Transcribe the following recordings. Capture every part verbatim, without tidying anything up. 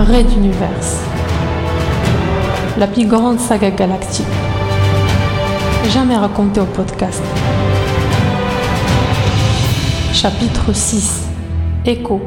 Red Universe, la plus grande saga galactique jamais racontée au podcast. Chapitre six. Écho.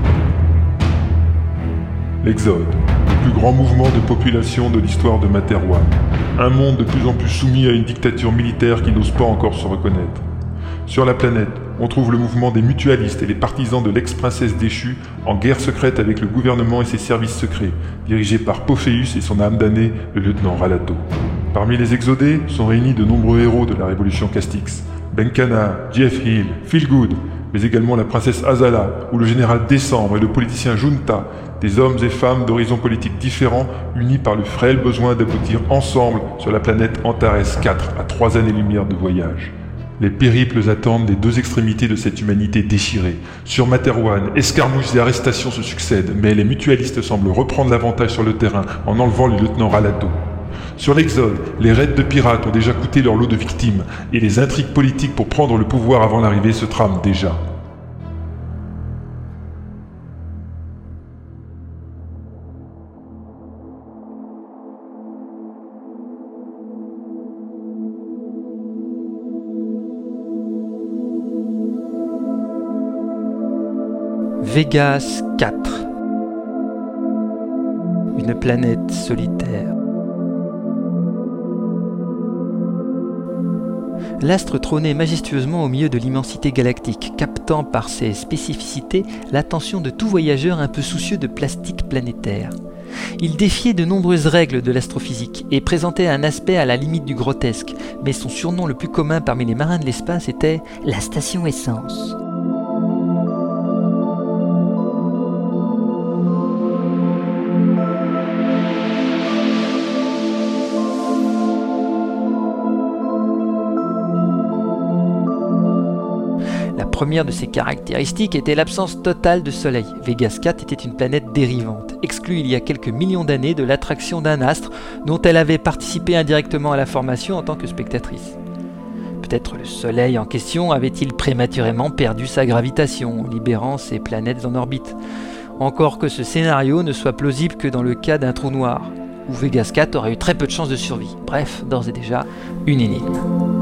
L'Exode, le plus grand mouvement de population de l'histoire de Materwan. Un monde de plus en plus soumis à une dictature militaire qui n'ose pas encore se reconnaître. Sur la planète, on trouve le mouvement des mutualistes et les partisans de l'ex-princesse déchue en guerre secrète avec le gouvernement et ses services secrets, dirigés par Pophéus et son âme damnée, le lieutenant Ralato. Parmi les exodés sont réunis de nombreux héros de la révolution Castix. Benkana, Jeff Hill, Feelgood, mais également la princesse Azala ou le général Décembre et le politicien Junta, des hommes et femmes d'horizons politiques différents unis par le frêle besoin d'aboutir ensemble sur la planète Antares quatre à trois années-lumière de voyage. Les périples attendent des deux extrémités de cette humanité déchirée. Sur Materwan, escarmouches et arrestations se succèdent, mais les mutualistes semblent reprendre l'avantage sur le terrain en enlevant le lieutenant Ralato. Sur l'Exode, les raids de pirates ont déjà coûté leur lot de victimes, et les intrigues politiques pour prendre le pouvoir avant l'arrivée se trament déjà. Vegas quatre. Une planète solitaire. L'astre trônait majestueusement au milieu de l'immensité galactique, captant par ses spécificités l'attention de tout voyageur un peu soucieux de plastique planétaire. Il défiait de nombreuses règles de l'astrophysique et présentait un aspect à la limite du grotesque, mais son surnom le plus commun parmi les marins de l'espace était la Station Essence. La première de ces caractéristiques était l'absence totale de soleil. Vegas quatre était une planète dérivante, exclue il y a quelques millions d'années de l'attraction d'un astre dont elle avait participé indirectement à la formation en tant que spectatrice. Peut-être le soleil en question avait-il prématurément perdu sa gravitation, libérant ses planètes en orbite. Encore que ce scénario ne soit plausible que dans le cas d'un trou noir, où Vegas quatre aurait eu très peu de chances de survie. Bref, d'ores et déjà, une énigme.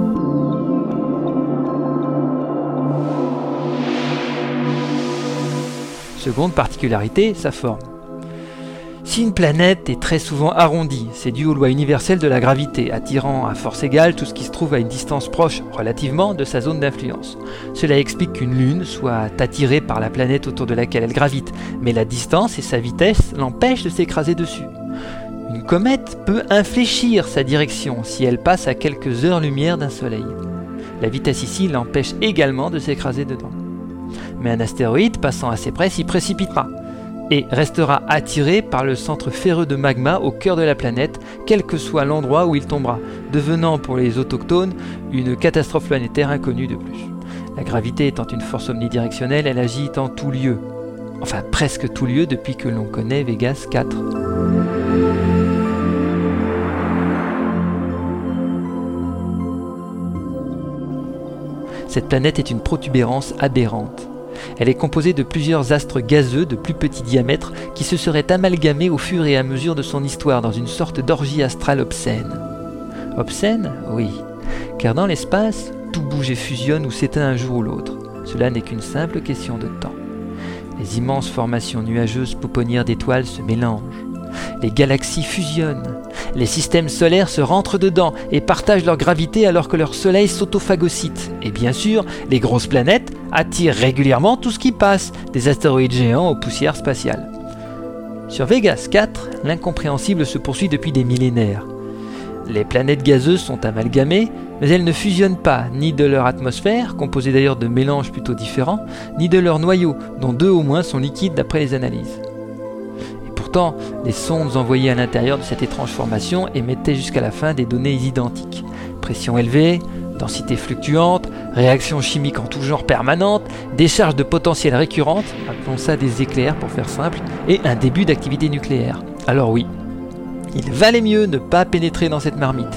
Seconde particularité, sa forme. Si une planète est très souvent arrondie, c'est dû aux lois universelles de la gravité, attirant à force égale tout ce qui se trouve à une distance proche, relativement, de sa zone d'influence. Cela explique qu'une lune soit attirée par la planète autour de laquelle elle gravite, mais la distance et sa vitesse l'empêchent de s'écraser dessus. Une comète peut infléchir sa direction si elle passe à quelques heures-lumière d'un soleil. La vitesse ici l'empêche également de s'écraser dedans. Mais un astéroïde passant assez près s'y précipitera et restera attiré par le centre ferreux de magma au cœur de la planète, quel que soit l'endroit où il tombera, devenant pour les autochtones une catastrophe planétaire inconnue de plus. La gravité étant une force omnidirectionnelle, elle agit en tout lieu, enfin presque tout lieu depuis que l'on connaît Vegas quatre. Cette planète est une protubérance aberrante. Elle est composée de plusieurs astres gazeux de plus petit diamètre qui se seraient amalgamés au fur et à mesure de son histoire dans une sorte d'orgie astrale obscène. Obscène ? Oui, car dans l'espace, tout bouge et fusionne ou s'éteint un jour ou l'autre. Cela n'est qu'une simple question de temps. Les immenses formations nuageuses pouponnières d'étoiles se mélangent. Les galaxies fusionnent. Les systèmes solaires se rentrent dedans et partagent leur gravité alors que leur soleil s'autophagocyte. Et bien sûr, les grosses planètes attirent régulièrement tout ce qui passe, des astéroïdes géants aux poussières spatiales. Sur Vegas quatre, l'incompréhensible se poursuit depuis des millénaires. Les planètes gazeuses sont amalgamées, mais elles ne fusionnent pas, ni de leur atmosphère, composée d'ailleurs de mélanges plutôt différents, ni de leur noyau, dont deux au moins sont liquides d'après les analyses. Pourtant, les sondes envoyées à l'intérieur de cette étrange formation émettaient jusqu'à la fin des données identiques. Pression élevée, densité fluctuante, réactions chimiques en tout genre permanentes, décharge de potentiel récurrente, appelons ça des éclairs pour faire simple, et un début d'activité nucléaire. Alors oui, il valait mieux ne pas pénétrer dans cette marmite.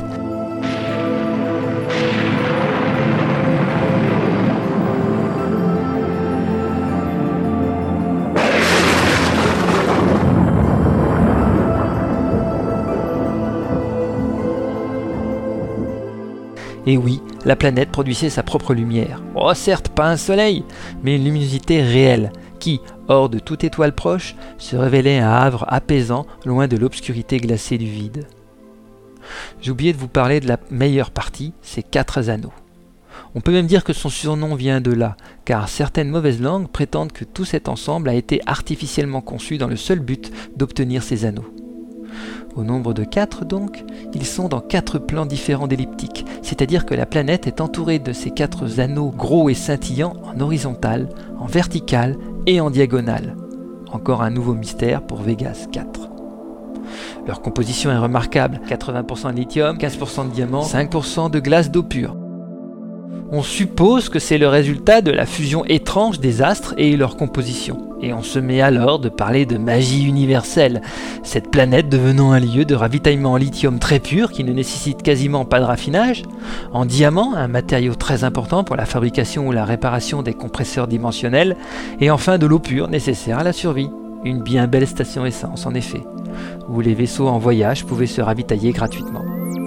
Et oui, la planète produisait sa propre lumière. Oh certes, pas un soleil, mais une luminosité réelle, qui, hors de toute étoile proche, se révélait un havre apaisant, loin de l'obscurité glacée du vide. J'ai oublié de vous parler de la meilleure partie, ces quatre anneaux. On peut même dire que son surnom vient de là, car certaines mauvaises langues prétendent que tout cet ensemble a été artificiellement conçu dans le seul but d'obtenir ces anneaux. Au nombre de quatre donc, ils sont dans quatre plans différents d'elliptique, c'est-à-dire que la planète est entourée de ces quatre anneaux gros et scintillants en horizontal, en vertical et en diagonale. Encore un nouveau mystère pour Vegas quatre. Leur composition est remarquable, quatre-vingts pour cent de lithium, quinze pour cent de diamant, cinq pour cent de glace d'eau pure. On suppose que c'est le résultat de la fusion étrange des astres et leur composition. Et on se met alors de parler de magie universelle, cette planète devenant un lieu de ravitaillement en lithium très pur qui ne nécessite quasiment pas de raffinage, en diamant, un matériau très important pour la fabrication ou la réparation des compresseurs dimensionnels, et enfin de l'eau pure nécessaire à la survie. Une bien belle station essence en effet, où les vaisseaux en voyage pouvaient se ravitailler gratuitement.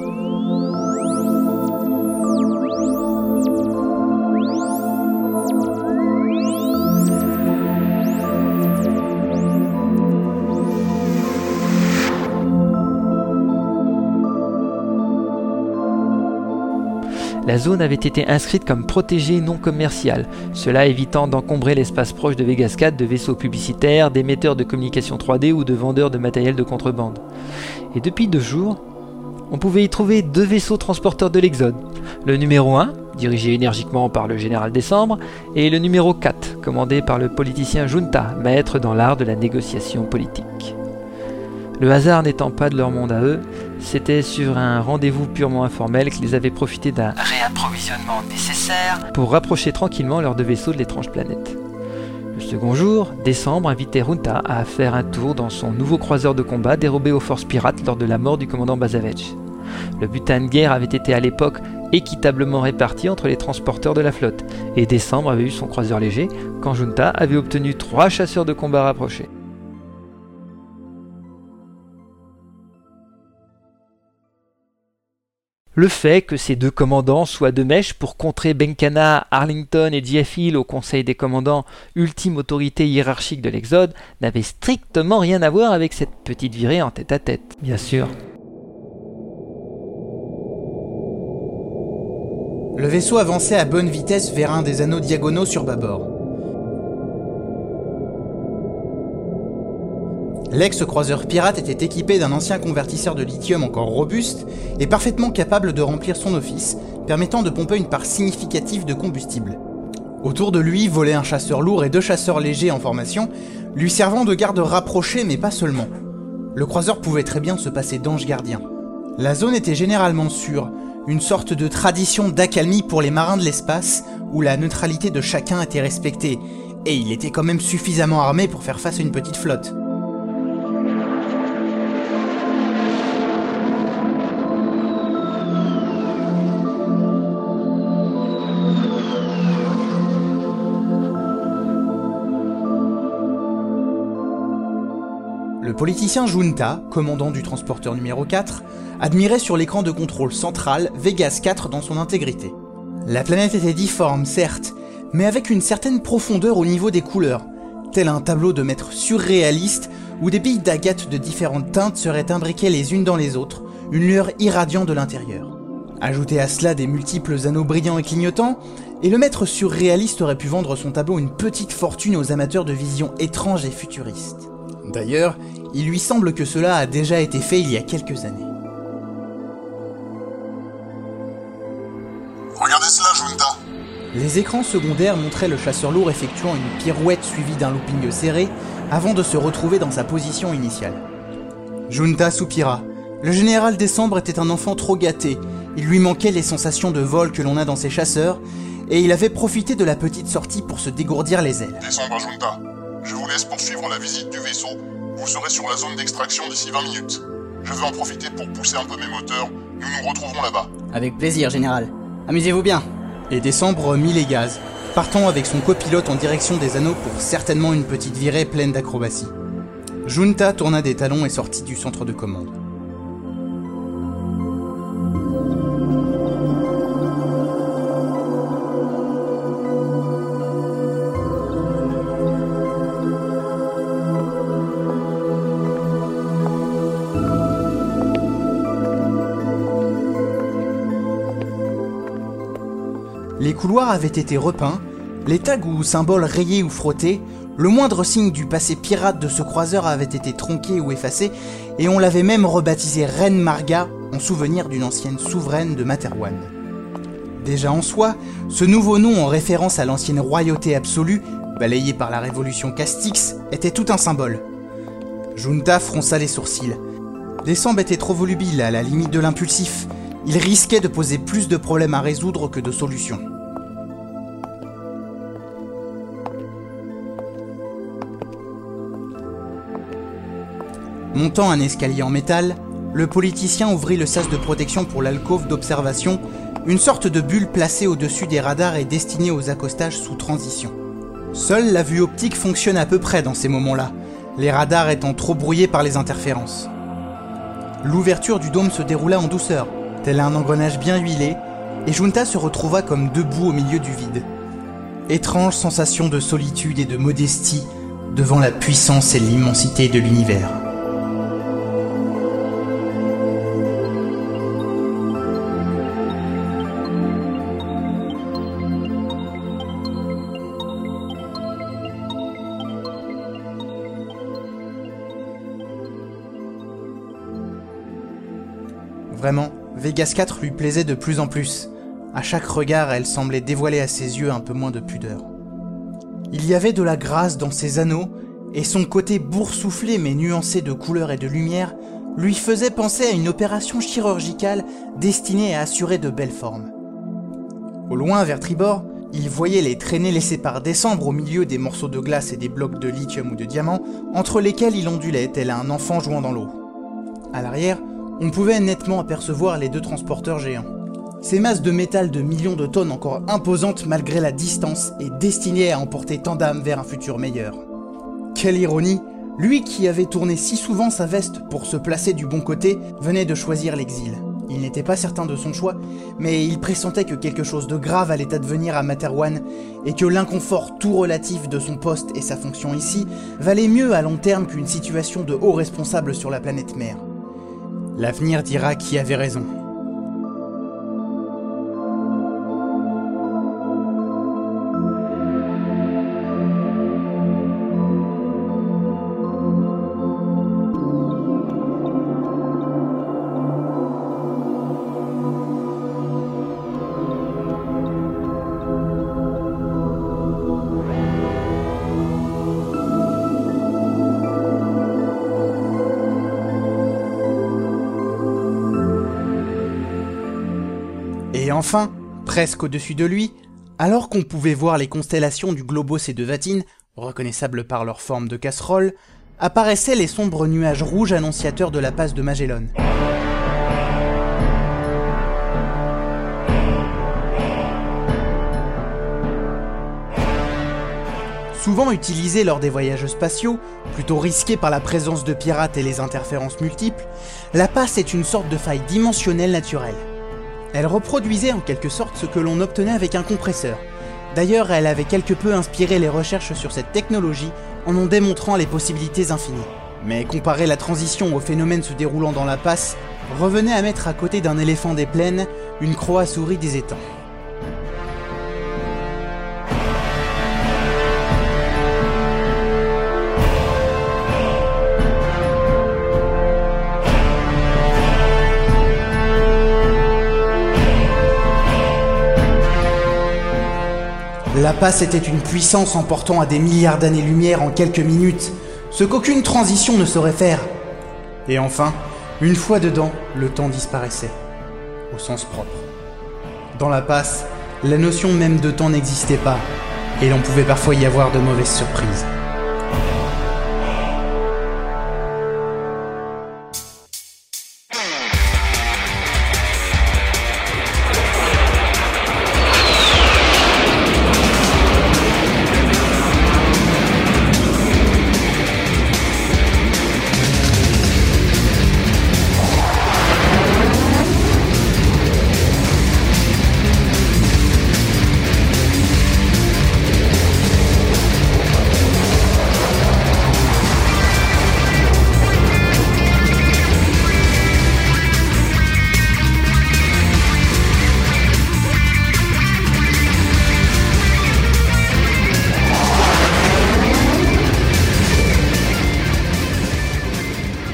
La zone avait été inscrite comme protégée non commerciale, cela évitant d'encombrer l'espace proche de Vegas quatre de vaisseaux publicitaires, d'émetteurs de communication trois D ou de vendeurs de matériel de contrebande. Et depuis deux jours, on pouvait y trouver deux vaisseaux transporteurs de l'Exode, le numéro un, dirigé énergiquement par le général Décembre, et le numéro quatre, commandé par le politicien Junta, maître dans l'art de la négociation politique. Le hasard n'étant pas de leur monde à eux, c'était sur un rendez-vous purement informel qu'ils avaient profité d'un réapprovisionnement nécessaire pour rapprocher tranquillement leurs deux vaisseaux de l'étrange planète. Le second jour, Décembre invitait Junta à faire un tour dans son nouveau croiseur de combat dérobé aux forces pirates lors de la mort du commandant Bazavech. Le butin de guerre avait été à l'époque équitablement réparti entre les transporteurs de la flotte, et Décembre avait eu son croiseur léger quand Junta avait obtenu trois chasseurs de combat rapprochés. Le fait que ces deux commandants soient de mèche pour contrer Benkana, Arlington et J F Hill au Conseil des commandants, ultime autorité hiérarchique de l'Exode, n'avait strictement rien à voir avec cette petite virée en tête-à-tête, bien sûr. Le vaisseau avançait à bonne vitesse vers un des anneaux diagonaux sur bâbord. L'ex-croiseur pirate était équipé d'un ancien convertisseur de lithium encore robuste et parfaitement capable de remplir son office, permettant de pomper une part significative de combustible. Autour de lui volaient un chasseur lourd et deux chasseurs légers en formation, lui servant de garde rapprochée mais pas seulement. Le croiseur pouvait très bien se passer d'ange gardien. La zone était généralement sûre, une sorte de tradition d'accalmie pour les marins de l'espace, où la neutralité de chacun était respectée, et il était quand même suffisamment armé pour faire face à une petite flotte. Le politicien Junta, commandant du transporteur numéro quatre, admirait sur l'écran de contrôle central Vegas quatre dans son intégrité. La planète était difforme, certes, mais avec une certaine profondeur au niveau des couleurs, tel un tableau de maître surréaliste où des billes d'agate de différentes teintes seraient imbriquées les unes dans les autres, une lueur irradiante de l'intérieur. Ajoutez à cela des multiples anneaux brillants et clignotants, et le maître surréaliste aurait pu vendre son tableau une petite fortune aux amateurs de visions étranges et futuristes. D'ailleurs, il lui semble que cela a déjà été fait il y a quelques années. Regardez cela, Junta. Les écrans secondaires montraient le chasseur lourd effectuant une pirouette suivie d'un looping serré avant de se retrouver dans sa position initiale. Junta soupira. Le général Décembre était un enfant trop gâté, il lui manquait les sensations de vol que l'on a dans ses chasseurs, et il avait profité de la petite sortie pour se dégourdir les ailes. Décembre, Junta. Je vous laisse poursuivre la visite du vaisseau. Vous serez sur la zone d'extraction d'ici vingt minutes. Je vais en profiter pour pousser un peu mes moteurs. Nous nous retrouverons là-bas. Avec plaisir, général. Amusez-vous bien. Et Décembre mit les gaz, partant avec son copilote en direction des anneaux pour certainement une petite virée pleine d'acrobatie. Junta tourna des talons et sortit du centre de commande. couloirs avaient été repeints, les tags ou symboles rayés ou frottés, le moindre signe du passé pirate de ce croiseur avait été tronqué ou effacé, et on l'avait même rebaptisé Reine Marga en souvenir d'une ancienne souveraine de Materwan. Déjà en soi, ce nouveau nom en référence à l'ancienne royauté absolue, balayée par la révolution Castix, était tout un symbole. Junta fronça les sourcils. Descamps était trop volubile, à la limite de l'impulsif. Il risquait de poser plus de problèmes à résoudre que de solutions. Montant un escalier en métal, le politicien ouvrit le sas de protection pour l'alcôve d'observation, une sorte de bulle placée au-dessus des radars et destinée aux accostages sous transition. Seule la vue optique fonctionne à peu près dans ces moments-là, les radars étant trop brouillés par les interférences. L'ouverture du dôme se déroula en douceur, tel un engrenage bien huilé, et Junta se retrouva comme debout au milieu du vide. Étrange sensation de solitude et de modestie devant la puissance et l'immensité de l'univers. Vraiment, Vegas quatre lui plaisait de plus en plus. À chaque regard, elle semblait dévoiler à ses yeux un peu moins de pudeur. Il y avait de la grâce dans ses anneaux, et son côté boursouflé mais nuancé de couleurs et de lumière lui faisait penser à une opération chirurgicale destinée à assurer de belles formes. Au loin, vers tribord, il voyait les traînées laissées par Décembre au milieu des morceaux de glace et des blocs de lithium ou de diamant, entre lesquels il ondulait tel un enfant jouant dans l'eau. À l'arrière, on pouvait nettement apercevoir les deux transporteurs géants. Ces masses de métal de millions de tonnes encore imposantes malgré la distance et destinées à emporter tant d'âmes vers un futur meilleur. Quelle ironie, lui qui avait tourné si souvent sa veste pour se placer du bon côté, venait de choisir l'exil. Il n'était pas certain de son choix, mais il pressentait que quelque chose de grave allait advenir à Materwan et que l'inconfort tout relatif de son poste et sa fonction ici valait mieux à long terme qu'une situation de haut responsable sur la planète mère. L'avenir dira qui avait raison. Et enfin, presque au-dessus de lui, alors qu'on pouvait voir les constellations du Globos et de Vatine, reconnaissables par leur forme de casserole, apparaissaient les sombres nuages rouges annonciateurs de la passe de Magellan. Souvent utilisée lors des voyages spatiaux, plutôt risquée par la présence de pirates et les interférences multiples, la passe est une sorte de faille dimensionnelle naturelle. Elle reproduisait en quelque sorte ce que l'on obtenait avec un compresseur. D'ailleurs, elle avait quelque peu inspiré les recherches sur cette technologie en en démontrant les possibilités infinies. Mais comparer la transition au phénomène se déroulant dans la passe revenait à mettre à côté d'un éléphant des plaines une croix à souris des étangs. La passe était une puissance emportant à des milliards d'années-lumière en quelques minutes, ce qu'aucune transition ne saurait faire. Et enfin, une fois dedans, le temps disparaissait, au sens propre. Dans la passe, la notion même de temps n'existait pas, et l'on pouvait parfois y avoir de mauvaises surprises.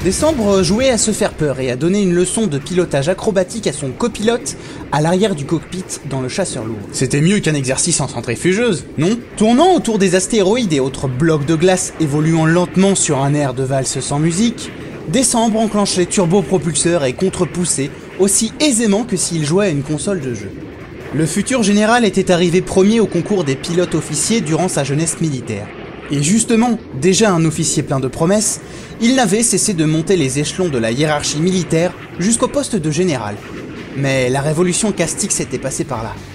Décembre jouait à se faire peur et à donner une leçon de pilotage acrobatique à son copilote à l'arrière du cockpit dans le chasseur lourd. C'était mieux qu'un exercice en centrifugeuse, non ? Tournant autour des astéroïdes et autres blocs de glace évoluant lentement sur un air de valse sans musique, Décembre enclenche les turbopropulseurs et contre-poussait aussi aisément que s'il jouait à une console de jeu. Le futur général était arrivé premier au concours des pilotes officiers durant sa jeunesse militaire. Et justement, déjà un officier plein de promesses, il n'avait cessé de monter les échelons de la hiérarchie militaire jusqu'au poste de général. Mais la révolution castique s'était passée par là.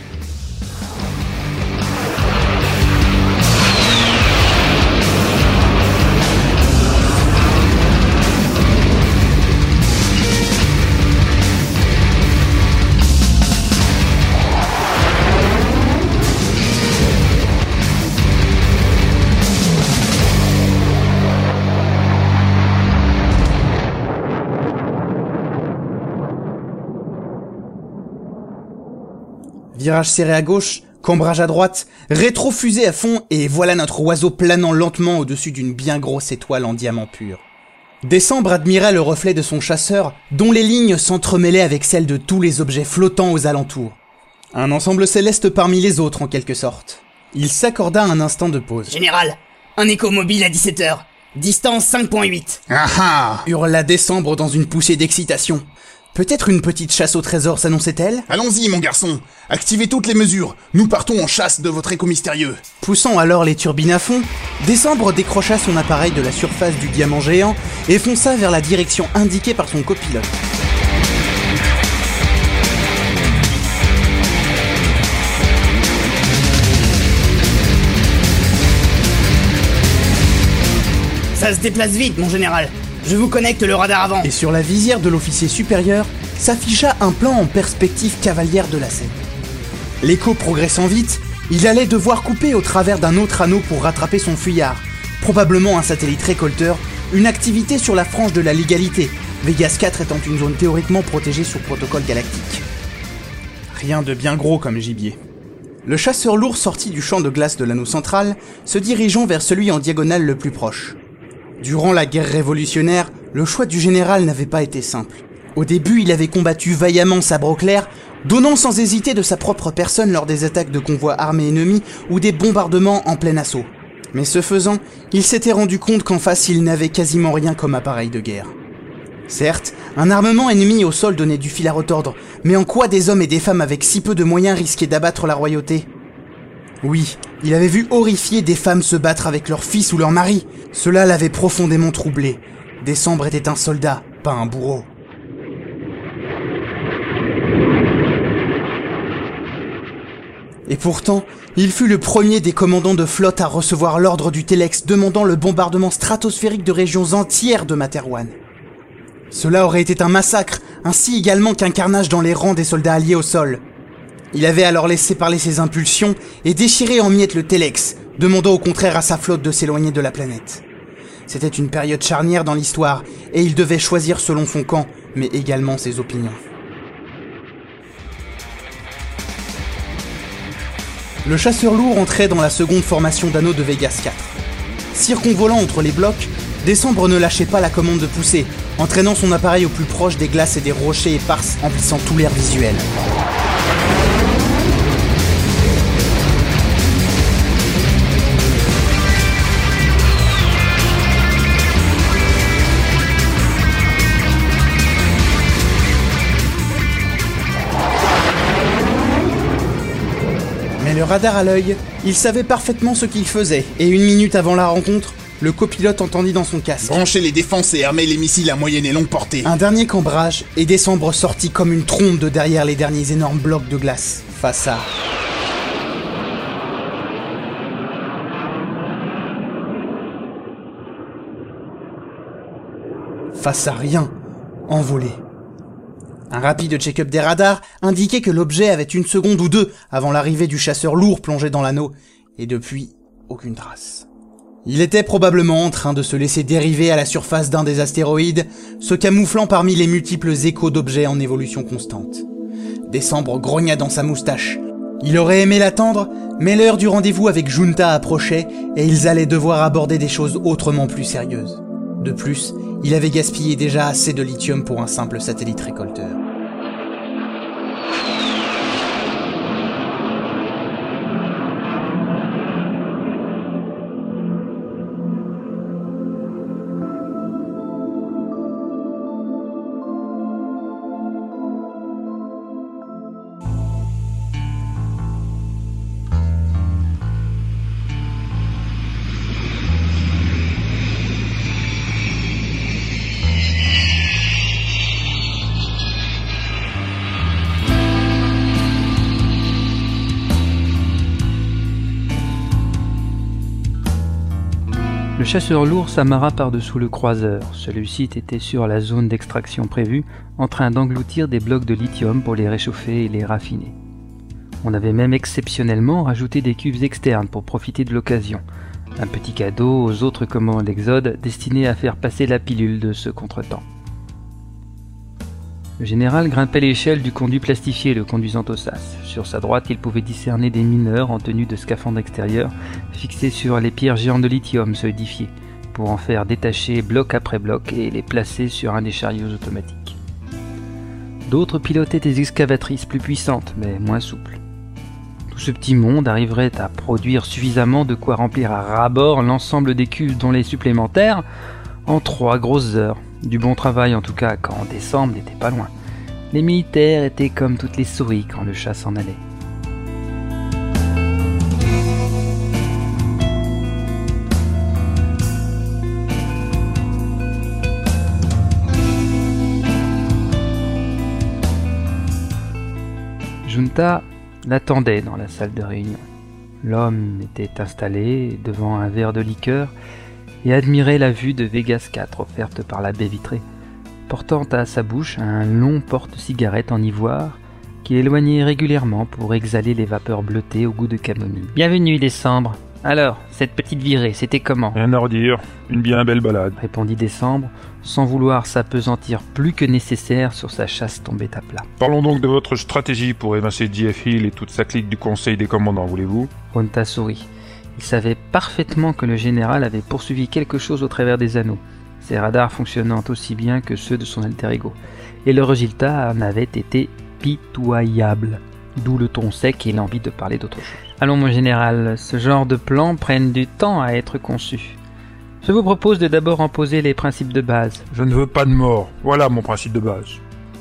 Virage serré à gauche, cambrage à droite, rétrofusée à fond et voilà notre oiseau planant lentement au-dessus d'une bien grosse étoile en diamant pur. Décembre admirait le reflet de son chasseur dont les lignes s'entremêlaient avec celles de tous les objets flottants aux alentours. Un ensemble céleste parmi les autres en quelque sorte. Il s'accorda un instant de pause. Général, un écho mobile à dix-sept heures. Distance cinq virgule huit. Ah ah, hurla Décembre dans une poussée d'excitation. Peut-être une petite chasse au trésor s'annonçait-elle ? Allons-y, mon garçon. Activez toutes les mesures. Nous partons en chasse de votre écho mystérieux. Poussant alors les turbines à fond, Décembre décrocha son appareil de la surface du diamant géant et fonça vers la direction indiquée par son copilote. Ça se déplace vite, mon général. Je vous connecte le radar avant. Et sur la visière de l'officier supérieur s'afficha un plan en perspective cavalière de la scène. L'écho progressant vite, il allait devoir couper au travers d'un autre anneau pour rattraper son fuyard, probablement un satellite récolteur, une activité sur la frange de la légalité, Vegas quatre étant une zone théoriquement protégée sur protocole galactique. Rien de bien gros comme gibier. Le chasseur lourd sortit du champ de glace de l'anneau central, se dirigeant vers celui en diagonale le plus proche. Durant la guerre révolutionnaire, le choix du général n'avait pas été simple. Au début, il avait combattu vaillamment sabre au clair, donnant sans hésiter de sa propre personne lors des attaques de convois armés ennemis ou des bombardements en plein assaut. Mais ce faisant, il s'était rendu compte qu'en face, il n'avait quasiment rien comme appareil de guerre. Certes, un armement ennemi au sol donnait du fil à retordre, mais en quoi des hommes et des femmes avec si peu de moyens risquaient d'abattre la royauté ? Oui, il avait vu horrifié des femmes se battre avec leurs fils ou leurs maris. Cela l'avait profondément troublé. Décembre était un soldat, pas un bourreau. Et pourtant, il fut le premier des commandants de flotte à recevoir l'ordre du Telex demandant le bombardement stratosphérique de régions entières de Materwan. Cela aurait été un massacre, ainsi également qu'un carnage dans les rangs des soldats alliés au sol. Il avait alors laissé parler ses impulsions et déchiré en miettes le Telex, demandant au contraire à sa flotte de s'éloigner de la planète. C'était une période charnière dans l'histoire, et il devait choisir selon son camp, mais également ses opinions. Le chasseur lourd entrait dans la seconde formation d'anneaux de Vegas quatre. Circonvolant entre les blocs, Décembre ne lâchait pas la commande de pousser, entraînant son appareil au plus proche des glaces et des rochers éparses, emplissant tout l'air visuel. Mais le radar à l'œil, il savait parfaitement ce qu'il faisait, et une minute avant la rencontre, le copilote entendit dans son casque. Branchez les défenses et armez les missiles à moyenne et longue portée. Un dernier cambrage, et Décembre sortit comme une trombe de derrière les derniers énormes blocs de glace, face à... Face à rien, envolé. Un rapide check-up des radars indiquait que l'objet avait une seconde ou deux avant l'arrivée du chasseur lourd plongé dans l'anneau, et depuis, aucune trace. Il était probablement en train de se laisser dériver à la surface d'un des astéroïdes, se camouflant parmi les multiples échos d'objets en évolution constante. Décembre grogna dans sa moustache. Il aurait aimé l'attendre, mais l'heure du rendez-vous avec Junta approchait et ils allaient devoir aborder des choses autrement plus sérieuses. De plus, il avait gaspillé déjà assez de lithium pour un simple satellite récolteur. Le chasseur lourd s'amarra par-dessous le croiseur. Celui-ci était sur la zone d'extraction prévue, en train d'engloutir des blocs de lithium pour les réchauffer et les raffiner. On avait même exceptionnellement rajouté des cuves externes pour profiter de l'occasion. Un petit cadeau aux autres commandes d'Exode destiné à faire passer la pilule de ce contretemps. Le général grimpait l'échelle du conduit plastifié le conduisant au sas. Sur sa droite, il pouvait discerner des mineurs en tenue de scaphandre extérieur, fixés sur les pierres géantes de lithium solidifiées, pour en faire détacher bloc après bloc et les placer sur un des chariots automatiques. D'autres pilotaient des excavatrices plus puissantes, mais moins souples. Tout ce petit monde arriverait à produire suffisamment de quoi remplir à ras-bord l'ensemble des cuves dont les supplémentaires en trois grosses heures. Du bon travail en tout cas, quand décembre n'était pas loin. Les militaires étaient comme toutes les souris quand le chat s'en allait. Junta l'attendait dans la salle de réunion. L'homme était installé devant un verre de liqueur et admirait la vue de Vegas quatre offerte par la baie vitrée, portant à sa bouche un long porte-cigarette en ivoire qu'il éloignait régulièrement pour exhaler les vapeurs bleutées au goût de camomille. « Bienvenue, Décembre. Alors, cette petite virée, c'était comment ?» « Rien à redire, une bien belle balade. » répondit Décembre, sans vouloir s'appesantir plus que nécessaire sur sa chasse tombée à plat. « Parlons donc de votre stratégie pour évincer J F Hill et toute sa clique du Conseil des commandants, voulez-vous ?» Junta sourit. Il savait parfaitement que le général avait poursuivi quelque chose au travers des anneaux, ses radars fonctionnant aussi bien que ceux de son alter ego, et le résultat en avait été pitoyable, d'où le ton sec et l'envie de parler d'autre chose. Allons mon général, ce genre de plans prennent du temps à être conçus. Je vous propose de d'abord en poser les principes de base. Je ne veux pas de mort, voilà mon principe de base.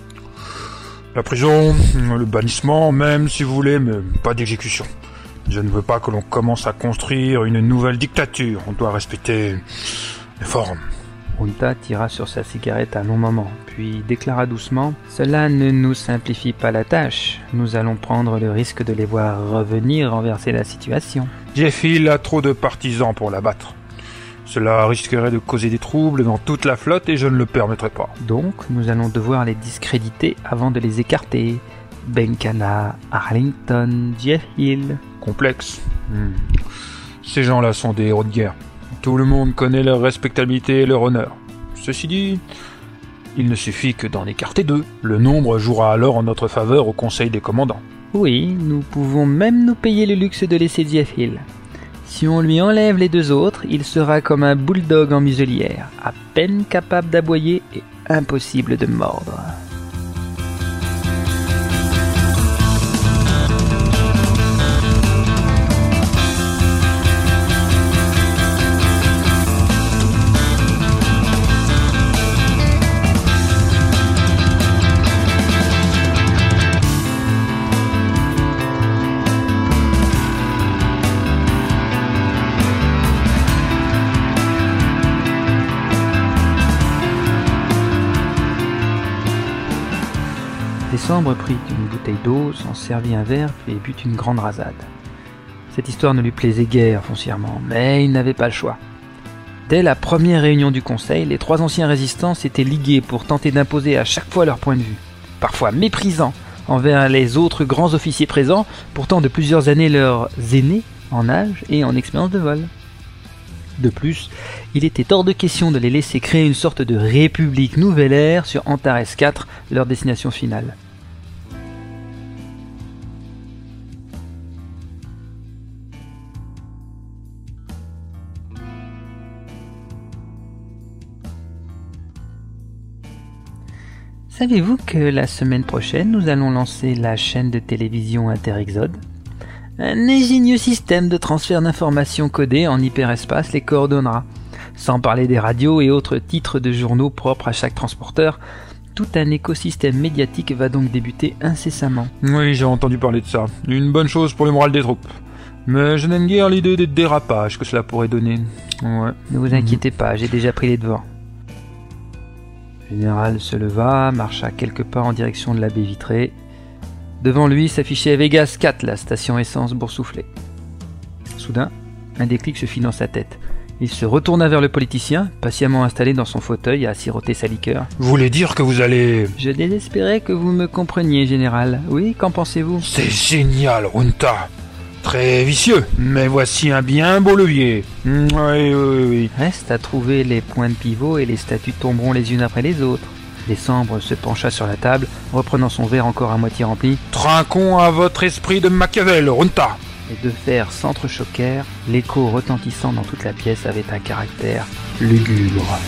La prison, le bannissement même si vous voulez, mais pas d'exécution. Je ne veux pas que l'on commence à construire une nouvelle dictature. On doit respecter les formes. Junta tira sur sa cigarette un long moment, puis déclara doucement « Cela ne nous simplifie pas la tâche. Nous allons prendre le risque de les voir revenir renverser la situation. » J F Hill a trop de partisans pour l'abattre. Cela risquerait de causer des troubles dans toute la flotte et je ne le permettrai pas. Donc, nous allons devoir les discréditer avant de les écarter. Benkana, Arlington, J F Hill... Complexe. Hmm. Ces gens-là sont des héros de guerre. Tout le monde connaît leur respectabilité et leur honneur. Ceci dit, il ne suffit que d'en écarter deux. Le nombre jouera alors en notre faveur au Conseil des commandants. Oui, nous pouvons même nous payer le luxe de laisser J F Hill. Si on lui enlève les deux autres, il sera comme un bulldog en muselière, à peine capable d'aboyer et impossible de mordre. Décembre prit une bouteille d'eau, s'en servit un verre, puis but une grande rasade. Cette histoire ne lui plaisait guère foncièrement, mais il n'avait pas le choix. Dès la première réunion du conseil, les trois anciens résistants s'étaient ligués pour tenter d'imposer à chaque fois leur point de vue, parfois méprisant envers les autres grands officiers présents, pourtant de plusieurs années leurs aînés en âge et en expérience de vol. De plus, il était hors de question de les laisser créer une sorte de république nouvelle ère sur Antares quatre, leur destination finale. Savez-vous que la semaine prochaine, nous allons lancer la chaîne de télévision Interexode ? Un ingénieux système de transfert d'informations codées en hyperespace les coordonnera. Sans parler des radios et autres titres de journaux propres à chaque transporteur, tout un écosystème médiatique va donc débuter incessamment. Oui, j'ai entendu parler de ça. Une bonne chose pour le moral des troupes. Mais je n'aime guère l'idée des dérapages que cela pourrait donner. Ouais. Ne vous inquiétez pas, j'ai déjà pris les devants. Le général se leva, marcha quelques pas en direction de la baie vitrée. Devant lui s'affichait Vegas quatre, la station essence boursouflée. Soudain, un déclic se fit dans sa tête. Il se retourna vers le politicien, patiemment installé dans son fauteuil à siroter sa liqueur. « Vous voulez dire que vous allez... » « Je désespérais que vous me compreniez, général. Oui, qu'en pensez-vous ?»« C'est génial, Runta. Très vicieux, mais voici un bien beau levier. Mmh, oui, oui, oui. » Reste à trouver les points de pivot et les statues tomberont les unes après les autres. Décembre se pencha sur la table, reprenant son verre encore à moitié rempli. « Trinquons à votre esprit de Machiavel, Runta !» Les deux fers s'entrechoquèrent, l'écho retentissant dans toute la pièce avait un caractère lugubre.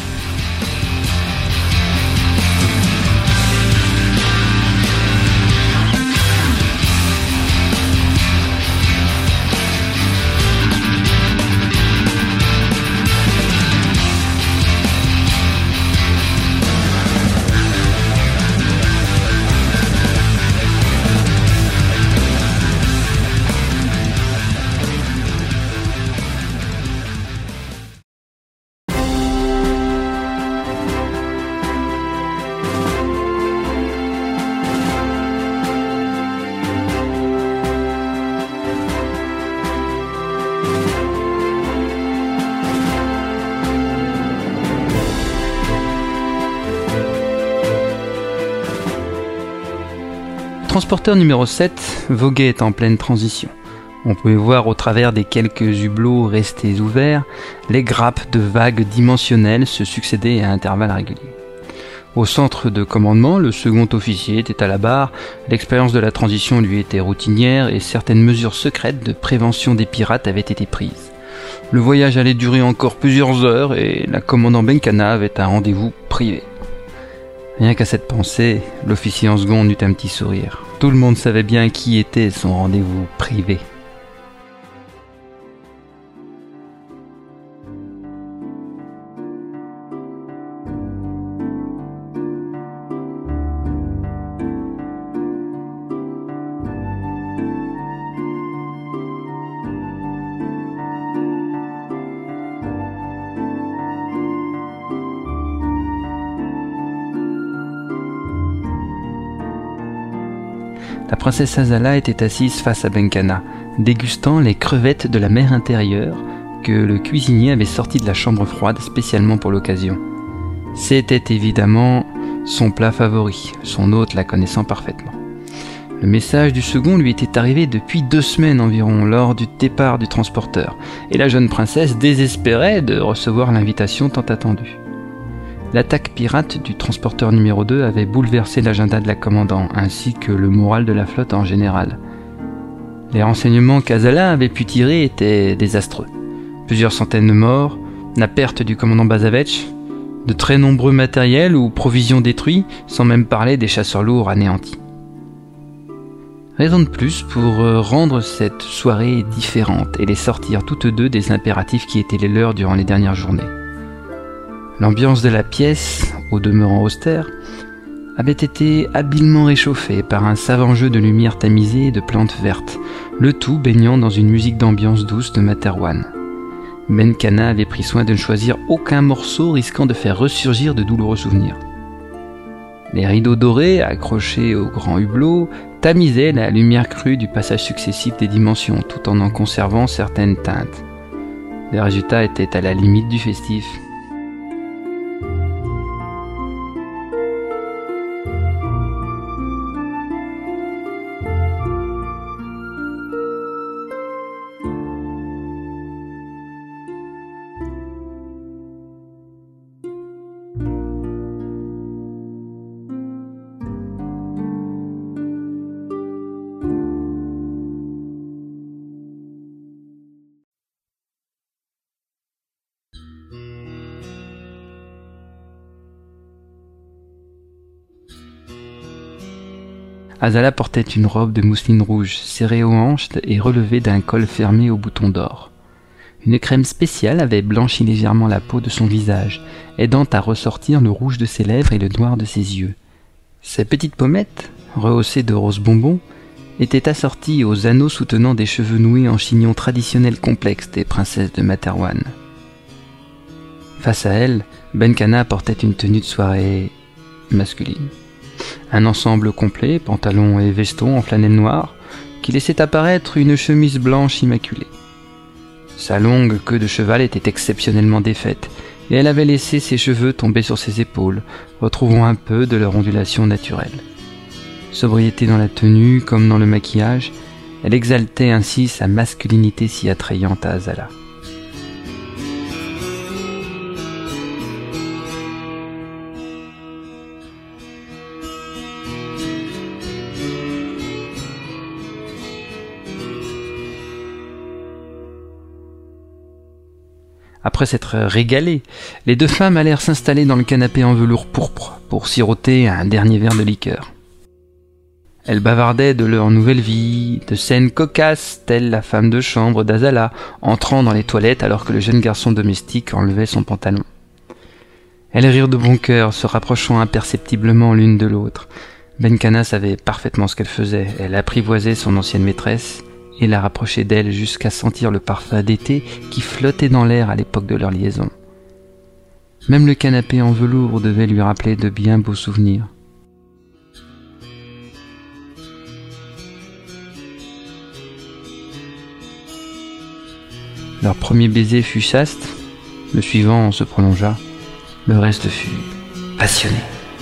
Transporteur numéro sept voguait en pleine transition. On pouvait voir au travers des quelques hublots restés ouverts, les grappes de vagues dimensionnelles se succédaient à intervalles réguliers. Au centre de commandement, le second officier était à la barre, l'expérience de la transition lui était routinière et certaines mesures secrètes de prévention des pirates avaient été prises. Le voyage allait durer encore plusieurs heures et la commandant Benkana avait un rendez-vous privé. Rien qu'à cette pensée, l'officier en seconde eut un petit sourire. Tout le monde savait bien qui était son rendez-vous privé. La princesse Azala était assise face à Benkana, dégustant les crevettes de la mer intérieure que le cuisinier avait sorties de la chambre froide spécialement pour l'occasion. C'était évidemment son plat favori, son hôte la connaissant parfaitement. Le message du second lui était arrivé depuis deux semaines environ lors du départ du transporteur, et la jeune princesse désespérait de recevoir l'invitation tant attendue. L'attaque pirate du transporteur numéro deux avait bouleversé l'agenda de la commandant, ainsi que le moral de la flotte en général. Les renseignements qu'Azala avait pu tirer étaient désastreux. Plusieurs centaines de morts, la perte du commandant Bazavetch, de très nombreux matériels ou provisions détruits, sans même parler des chasseurs lourds anéantis. Raison de plus pour rendre cette soirée différente et les sortir toutes deux des impératifs qui étaient les leurs durant les dernières journées. L'ambiance de la pièce, au demeurant austère, avait été habilement réchauffée par un savant jeu de lumière tamisée et de plantes vertes, le tout baignant dans une musique d'ambiance douce de Materwan. Benkana avait pris soin de ne choisir aucun morceau risquant de faire ressurgir de douloureux souvenirs. Les rideaux dorés, accrochés au grand hublot, tamisaient la lumière crue du passage successif des dimensions, tout en en conservant certaines teintes. Le résultat était à la limite du festif. Azala portait une robe de mousseline rouge, serrée aux hanches et relevée d'un col fermé au bouton d'or. Une crème spéciale avait blanchi légèrement la peau de son visage, aidant à ressortir le rouge de ses lèvres et le noir de ses yeux. Ses petites pommettes, rehaussées de roses bonbons, étaient assorties aux anneaux soutenant des cheveux noués en chignon traditionnel complexe des princesses de Materwan. Face à elle, Benkana portait une tenue de soirée masculine. Un ensemble complet, pantalon et veston en flanelle noire, qui laissait apparaître une chemise blanche immaculée. Sa longue queue de cheval était exceptionnellement défaite, et elle avait laissé ses cheveux tomber sur ses épaules, retrouvant un peu de leur ondulation naturelle. Sobriété dans la tenue comme dans le maquillage, elle exaltait ainsi sa masculinité si attrayante à Azala. Après s'être régalées, les deux femmes allèrent s'installer dans le canapé en velours pourpre pour siroter un dernier verre de liqueur. Elles bavardaient de leur nouvelle vie, de scènes cocasses, telle la femme de chambre d'Azala entrant dans les toilettes alors que le jeune garçon domestique enlevait son pantalon. Elles rirent de bon cœur, se rapprochant imperceptiblement l'une de l'autre. Benkana savait parfaitement ce qu'elle faisait. Elle apprivoisait son ancienne maîtresse et la rapprochait d'elle jusqu'à sentir le parfum d'été qui flottait dans l'air à l'époque de leur liaison. Même le canapé en velours devait lui rappeler de bien beaux souvenirs. Leur premier baiser fut chaste, le suivant se prolongea, le reste fut passionné.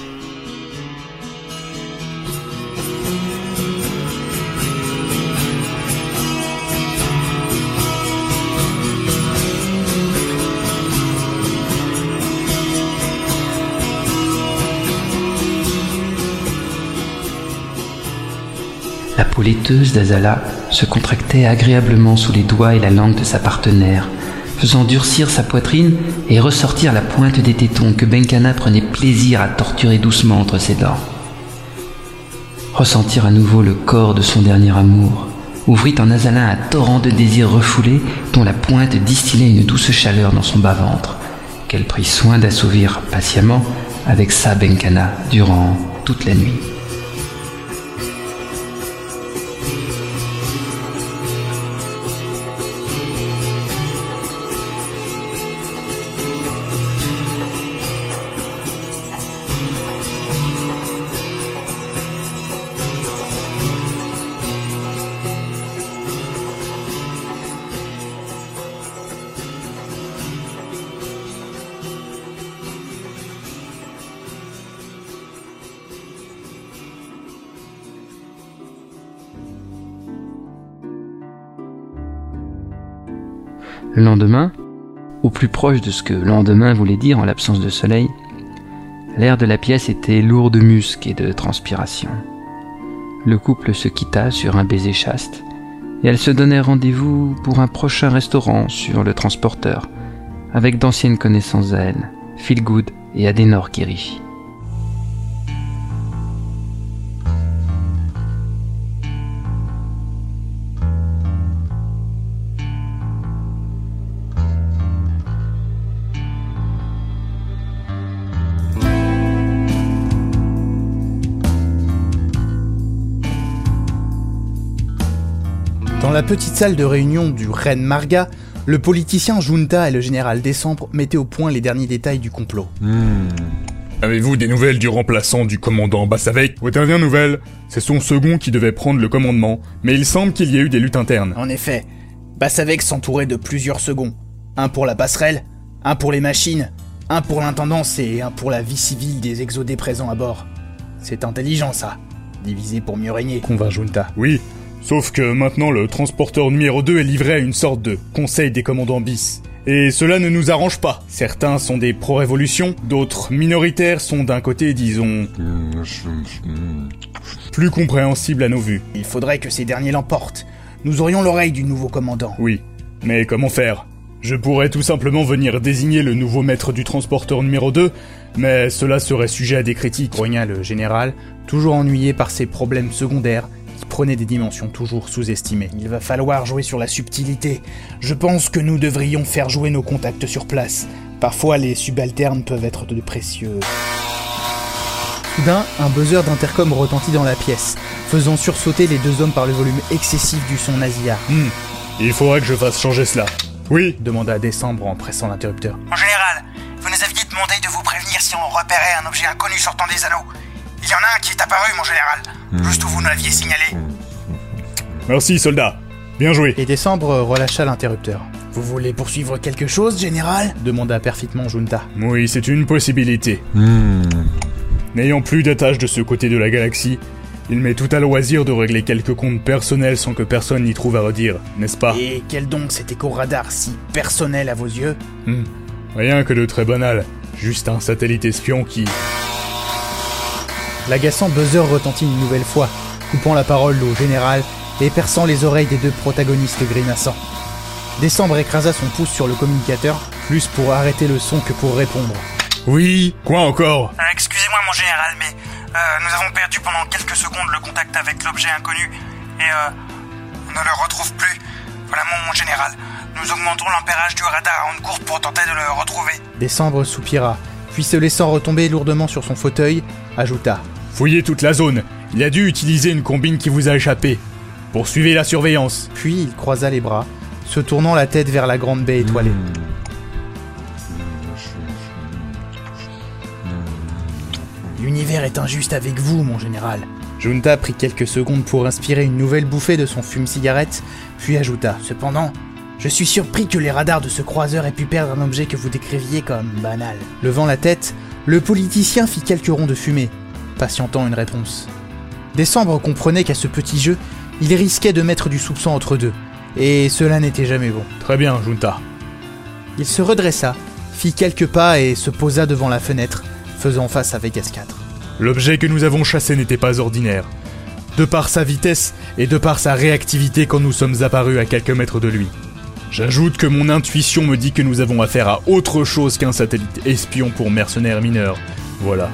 La peau laiteuse d'Azala se contractait agréablement sous les doigts et la langue de sa partenaire, faisant durcir sa poitrine et ressortir la pointe des tétons que Benkana prenait plaisir à torturer doucement entre ses dents. Ressentir à nouveau le corps de son dernier amour ouvrit en Azala un torrent de désirs refoulés dont la pointe distillait une douce chaleur dans son bas-ventre, qu'elle prit soin d'assouvir patiemment avec sa Benkana durant toute la nuit. Le lendemain, au plus proche de ce que lendemain voulait dire en l'absence de soleil, l'air de la pièce était lourd de musc et de transpiration. Le couple se quitta sur un baiser chaste, et elles se donnaient rendez-vous pour un prochain restaurant sur le transporteur, avec d'anciennes connaissances à elles, Feelgood et Adenor Kirishi. Dans la petite salle de réunion du Reine Marga, le politicien Junta et le général Décembre mettaient au point les derniers détails du complot. Hmm. Avez-vous des nouvelles du remplaçant du commandant Bassavek? Aux dernières nouvelles, c'est son second qui devait prendre le commandement, mais il semble qu'il y ait eu des luttes internes. En effet, Bassavek s'entourait de plusieurs seconds. Un pour la passerelle, un pour les machines, un pour l'intendance et un pour la vie civile des exodés présents à bord. C'est intelligent ça, diviser pour mieux régner. Convainc Junta. Oui. Sauf que maintenant le transporteur numéro deux est livré à une sorte de conseil des commandants bis. Et cela ne nous arrange pas. Certains sont des pro-révolution, d'autres minoritaires sont d'un côté, disons, plus compréhensibles à nos vues. Il faudrait que ces derniers l'emportent. Nous aurions l'oreille du nouveau commandant. Oui, mais comment faire? Je pourrais tout simplement venir désigner le nouveau maître du transporteur numéro deux, mais cela serait sujet à des critiques. Grogna le général, toujours ennuyé par ses problèmes secondaires qui prenaient des dimensions toujours sous-estimées. Il va falloir jouer sur la subtilité. Je pense que nous devrions faire jouer nos contacts sur place. Parfois, les subalternes peuvent être de précieux... Soudain, un buzzer d'intercom retentit dans la pièce, faisant sursauter les deux hommes par le volume excessif du son nasillard. Hmm, il faudrait que je fasse changer cela. Oui, demanda Décembre en pressant l'interrupteur. Mon général, vous nous aviez demandé de vous prévenir si on repérait un objet inconnu sortant des anneaux. Il y en a un qui est apparu, mon général, juste où vous nous l'aviez signalé. Merci, soldat. Bien joué. Et Décembre relâcha l'interrupteur. Vous voulez poursuivre quelque chose, général ? Demanda perfidement Junta. Oui, c'est une possibilité. Hmm. N'ayant plus d'attache de ce côté de la galaxie, il m'est tout à loisir de régler quelques comptes personnels sans que personne n'y trouve à redire, n'est-ce pas ? Et quel donc cet écho-radar si personnel à vos yeux ? hmm. Rien que de très banal, juste un satellite espion qui... L'agaçant buzzer retentit une nouvelle fois, coupant la parole au général et perçant les oreilles des deux protagonistes grimaçants. Décembre écrasa son pouce sur le communicateur, plus pour arrêter le son que pour répondre. Oui, quoi encore ? euh, Excusez-moi, mon général, mais euh, nous avons perdu pendant quelques secondes le contact avec l'objet inconnu, et euh, on ne le retrouve plus. Voilà, mon, mon général, nous augmentons l'ampérage du radar en course pour tenter de le retrouver. Décembre soupira, puis se laissant retomber lourdement sur son fauteuil, ajouta. Fouillez toute la zone, il a dû utiliser une combine qui vous a échappé. Poursuivez la surveillance. Puis il croisa les bras, se tournant la tête vers la grande baie étoilée. Mmh. L'univers est injuste avec vous, mon général. Junta prit quelques secondes pour inspirer une nouvelle bouffée de son fume-cigarette, puis ajouta. Cependant, je suis surpris que les radars de ce croiseur aient pu perdre un objet que vous décriviez comme banal. Levant la tête, le politicien fit quelques ronds de fumée, patientant une réponse. Décembre comprenait qu'à ce petit jeu, il risquait de mettre du soupçon entre deux, et cela n'était jamais bon. Très bien, Junta. Il se redressa, fit quelques pas et se posa devant la fenêtre, faisant face à Vegas quatre. L'objet que nous avons chassé n'était pas ordinaire. De par sa vitesse et de par sa réactivité quand nous sommes apparus à quelques mètres de lui. J'ajoute que mon intuition me dit que nous avons affaire à autre chose qu'un satellite espion pour mercenaires mineurs. Voilà.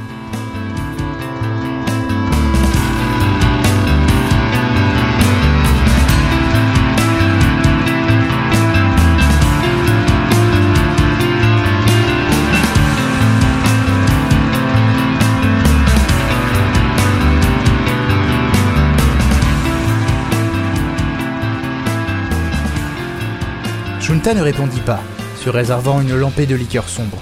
Junta ne répondit pas, se réservant une lampée de liqueur sombre.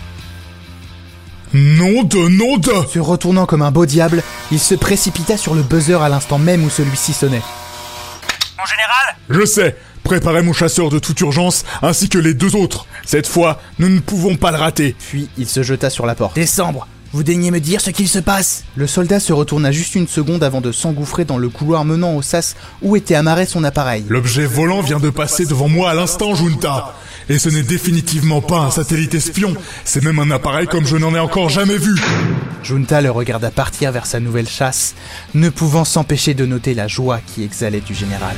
Nom de nom de... Se retournant comme un beau diable, il se précipita sur le buzzer à l'instant même où celui-ci sonnait. Mon général ? Je sais, préparez mon chasseur de toute urgence, ainsi que les deux autres. Cette fois, nous ne pouvons pas le rater. Puis il se jeta sur la porte. Décembre, vous daignez me dire ce qu'il se passe ? Le soldat se retourna juste une seconde avant de s'engouffrer dans le couloir menant au sas où était amarré son appareil. L'objet volant vient de passer devant moi à l'instant, Junta. Et ce n'est définitivement pas un satellite espion, c'est même un appareil comme je n'en ai encore jamais vu. Junta le regarda partir vers sa nouvelle chasse, ne pouvant s'empêcher de noter la joie qui exhalait du général.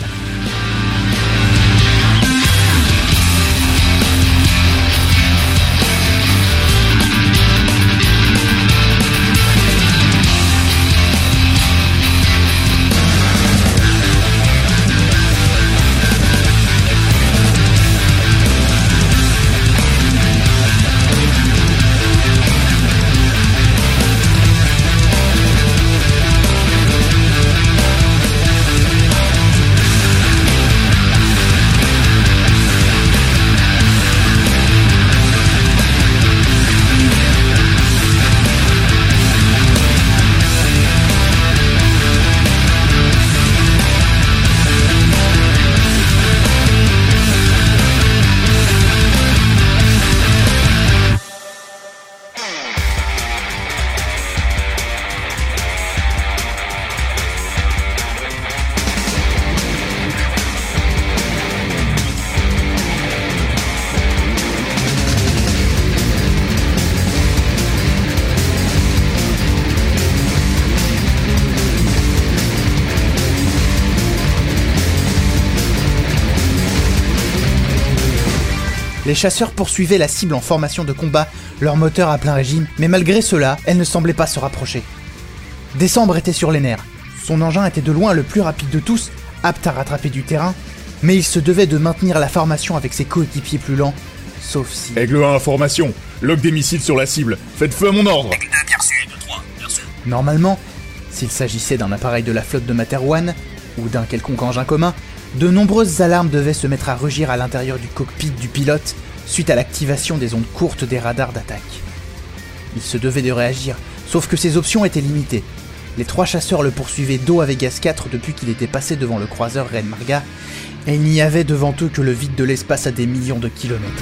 Les chasseurs poursuivaient la cible en formation de combat, leur moteur à plein régime, mais malgré cela, elle ne semblait pas se rapprocher. Décembre était sur les nerfs. Son engin était de loin le plus rapide de tous, apte à rattraper du terrain, mais il se devait de maintenir la formation avec ses coéquipiers plus lents, sauf si... Aigle un, information. Log des missiles sur la cible. Faites feu à mon ordre. Aigle deux, bien reçu. Aigle trois, bien reçu. Normalement, s'il s'agissait d'un appareil de la flotte de Materwan, ou d'un quelconque engin commun, de nombreuses alarmes devaient se mettre à rugir à l'intérieur du cockpit du pilote suite à l'activation des ondes courtes des radars d'attaque. Il se devait de réagir, sauf que ses options étaient limitées. Les trois chasseurs le poursuivaient dos à Vegas quatre depuis qu'il était passé devant le croiseur Ren Marga, et il n'y avait devant eux que le vide de l'espace à des millions de kilomètres.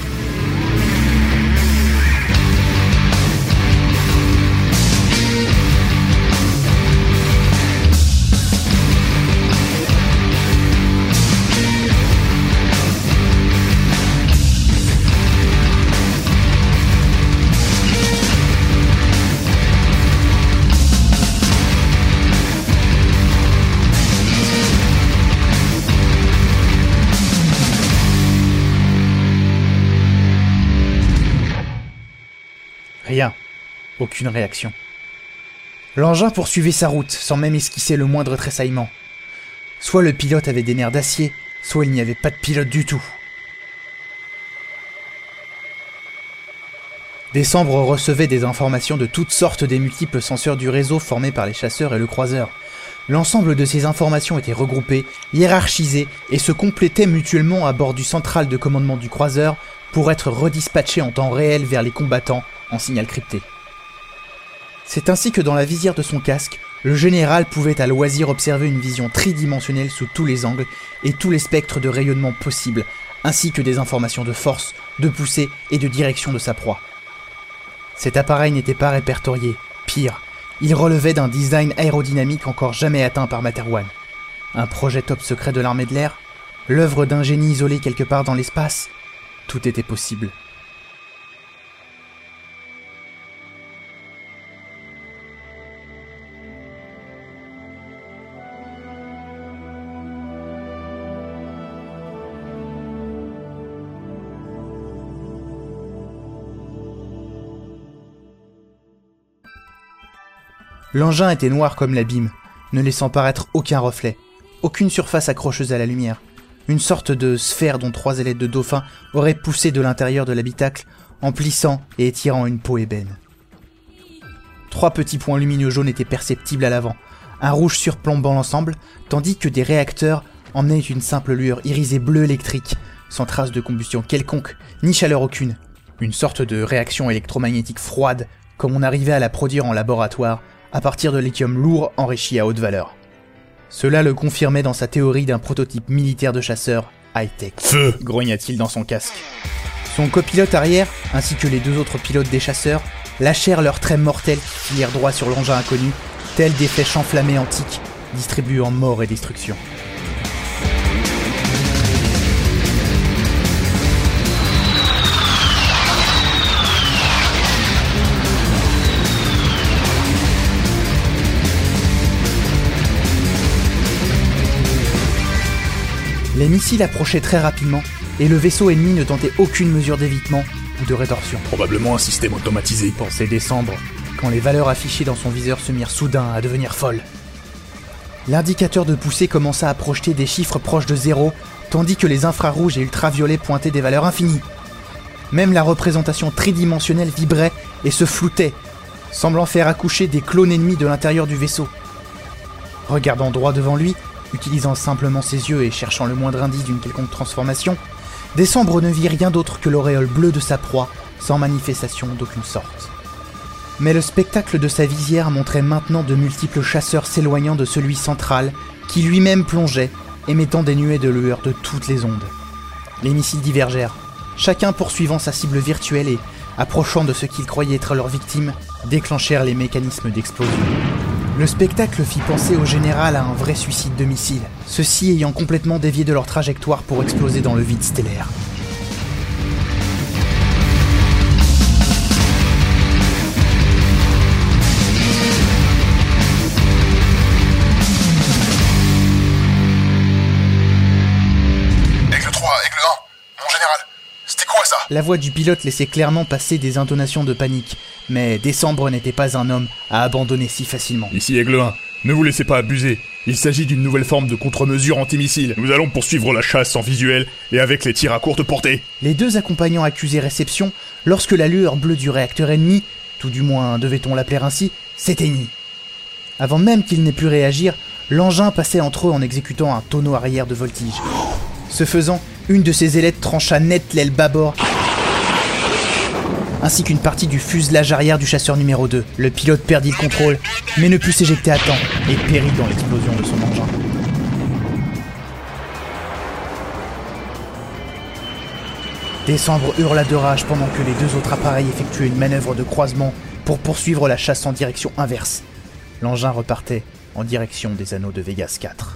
Rien. Aucune réaction. L'engin poursuivait sa route, sans même esquisser le moindre tressaillement. Soit le pilote avait des nerfs d'acier, soit il n'y avait pas de pilote du tout. Décembre recevait des informations de toutes sortes des multiples senseurs du réseau formés par les chasseurs et le croiseur. L'ensemble de ces informations était regroupé, hiérarchisé et se complétait mutuellement à bord du central de commandement du croiseur pour être redispatché en temps réel vers les combattants en signal crypté. C'est ainsi que dans la visière de son casque, le général pouvait à loisir observer une vision tridimensionnelle sous tous les angles et tous les spectres de rayonnement possibles, ainsi que des informations de force, de poussée et de direction de sa proie. Cet appareil n'était pas répertorié, pire, il relevait d'un design aérodynamique encore jamais atteint par Materwan. Un projet top secret de l'armée de l'air, l'œuvre d'un génie isolé quelque part dans l'espace, tout était possible. L'engin était noir comme l'abîme, ne laissant paraître aucun reflet, aucune surface accrocheuse à la lumière. Une sorte de sphère dont trois ailettes de dauphin auraient poussé de l'intérieur de l'habitacle en plissant et étirant une peau ébène. Trois petits points lumineux jaunes étaient perceptibles à l'avant, un rouge surplombant l'ensemble, tandis que des réacteurs emmenaient une simple lueur irisée bleu électrique, sans trace de combustion quelconque, ni chaleur aucune. Une sorte de réaction électromagnétique froide, comme on arrivait à la produire en laboratoire, à partir de lithium lourd enrichi à haute valeur. Cela le confirmait dans sa théorie d'un prototype militaire de chasseur high-tech. Feu ! Grogna-t-il dans son casque. Son copilote arrière, ainsi que les deux autres pilotes des chasseurs, lâchèrent leurs traits mortels qui filèrent droit sur l'engin inconnu, tels des flèches enflammées antiques, distribuant mort et destruction. Les missiles approchaient très rapidement, et le vaisseau ennemi ne tentait aucune mesure d'évitement ou de rétorsion. Probablement un système automatisé, pensait Décembre, quand les valeurs affichées dans son viseur se mirent soudain à devenir folles. L'indicateur de poussée commença à projeter des chiffres proches de zéro, tandis que les infrarouges et ultraviolets pointaient des valeurs infinies. Même la représentation tridimensionnelle vibrait et se floutait, semblant faire accoucher des clones ennemis de l'intérieur du vaisseau. Regardant droit devant lui, utilisant simplement ses yeux et cherchant le moindre indice d'une quelconque transformation, Décembre ne vit rien d'autre que l'auréole bleue de sa proie, sans manifestation d'aucune sorte. Mais le spectacle de sa visière montrait maintenant de multiples chasseurs s'éloignant de celui central, qui lui-même plongeait, émettant des nuées de lueur de toutes les ondes. Les missiles divergèrent, chacun poursuivant sa cible virtuelle et, approchant de ce qu'ils croyaient être leurs victimes, déclenchèrent les mécanismes d'explosion. Le spectacle fit penser au général à un vrai suicide de missiles, ceux-ci ayant complètement dévié de leur trajectoire pour exploser dans le vide stellaire. Aigle trois, Aigle un, mon général, c'était quoi ça? La voix du pilote laissait clairement passer des intonations de panique, mais Décembre n'était pas un homme à abandonner si facilement. Ici Aigle un, ne vous laissez pas abuser. Il s'agit d'une nouvelle forme de contre-mesure antimissile. Nous allons poursuivre la chasse en visuel et avec les tirs à courte portée. Les deux accompagnants accusaient réception lorsque la lueur bleue du réacteur ennemi, tout du moins devait-on l'appeler ainsi, s'éteignit. Avant même qu'ils n'aient pu réagir, l'engin passait entre eux en exécutant un tonneau arrière de voltige. Ce faisant, une de ses ailettes trancha net l'aile bâbord, ainsi qu'une partie du fuselage arrière du chasseur numéro deux. Le pilote perdit le contrôle, mais ne put s'éjecter à temps et périt dans l'explosion de son engin. Décembre hurla de rage pendant que les deux autres appareils effectuaient une manœuvre de croisement pour poursuivre la chasse en direction inverse. L'engin repartait en direction des anneaux de Vegas quatre.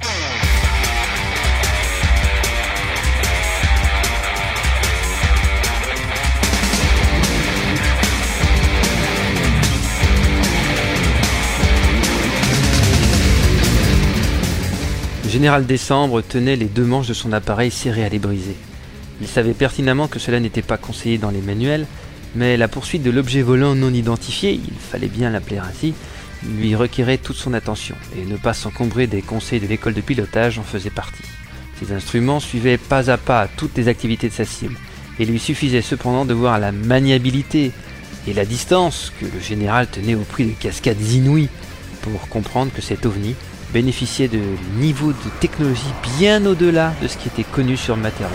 Le général Décembre tenait les deux manches de son appareil serrées à les briser. Il savait pertinemment que cela n'était pas conseillé dans les manuels, mais la poursuite de l'objet volant non identifié, il fallait bien l'appeler ainsi, lui requérait toute son attention, et ne pas s'encombrer des conseils de l'école de pilotage en faisait partie. Ses instruments suivaient pas à pas toutes les activités de sa cible, et il lui suffisait cependant de voir la maniabilité et la distance que le général tenait au prix de cascades inouïes pour comprendre que cet ovni bénéficiait de niveaux de technologie bien au-delà de ce qui était connu sur Materwan.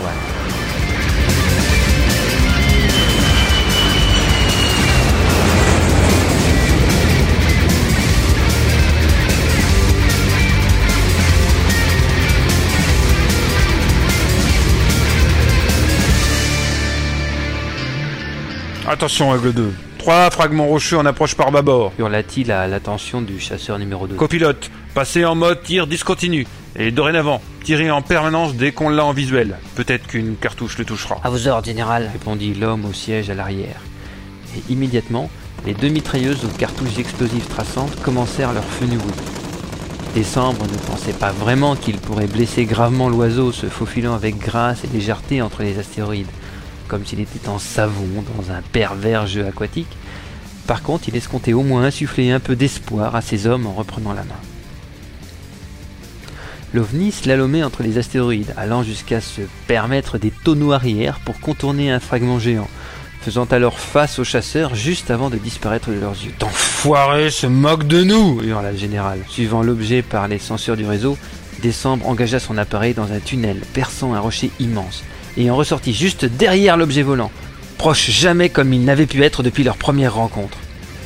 Attention, Aigle deux. Trois fragments rocheux en approche par bâbord. Hurla-t-il à l'attention du chasseur numéro deux. Copilote, passez en mode tir discontinu. Et dorénavant, tirez en permanence dès qu'on l'a en visuel. Peut-être qu'une cartouche le touchera. À vos ordres, général, répondit l'homme au siège à l'arrière. Et immédiatement, les deux mitrailleuses aux cartouches explosives traçantes commencèrent leur feu nouveau. Décembre ne pensait pas vraiment qu'il pourrait blesser gravement l'oiseau se faufilant avec grâce et légèreté entre les astéroïdes, comme s'il était en savon dans un pervers jeu aquatique. Par contre, il escomptait au moins insuffler un peu d'espoir à ses hommes en reprenant la main. L'OVNI slalomait entre les astéroïdes, allant jusqu'à se permettre des tonneaux arrière pour contourner un fragment géant, faisant alors face aux chasseurs juste avant de disparaître de leurs yeux. « T'enfoiré se moque de nous !» hurla le général. Suivant l'objet par les senseurs du réseau, Décembre engagea son appareil dans un tunnel perçant un rocher immense, et en ressortit juste derrière l'objet volant, proche jamais comme il n'avait pu être depuis leur première rencontre.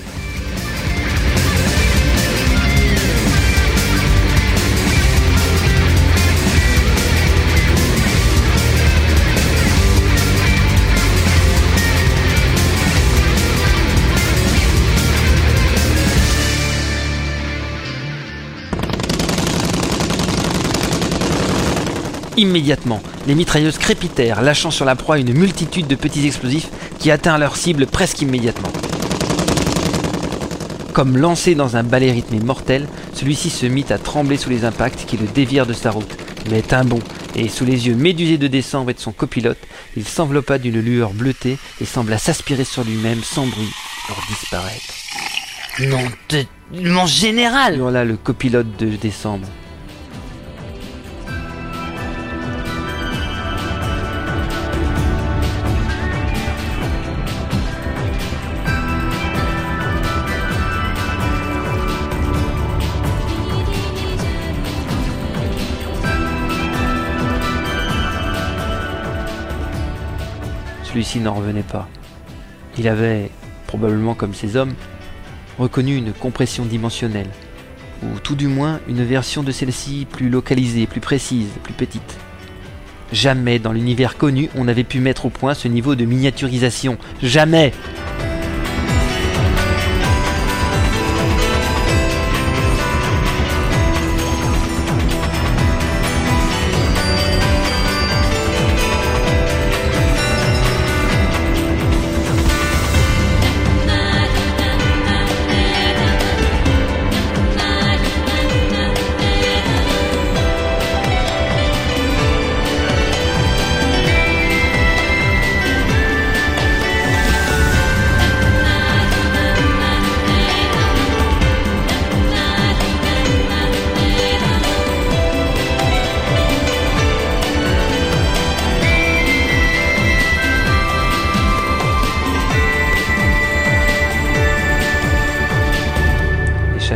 Immédiatement, les mitrailleuses crépitèrent, lâchant sur la proie une multitude de petits explosifs qui atteinrent leur cible presque immédiatement. Comme lancé dans un balai rythmé mortel, celui-ci se mit à trembler sous les impacts qui le dévièrent de sa route. Mais un bond, et sous les yeux médusés de Décembre et de son copilote, il s'enveloppa d'une lueur bleutée et sembla s'aspirer sur lui-même sans bruit pour disparaître. « Nom de... mon général !» hurla le copilote de Décembre. Celui-ci n'en revenait pas. Il avait, probablement comme ses hommes, reconnu une compression dimensionnelle, ou tout du moins une version de celle-ci plus localisée, plus précise, plus petite. Jamais dans l'univers connu on n'avait pu mettre au point ce niveau de miniaturisation. Jamais!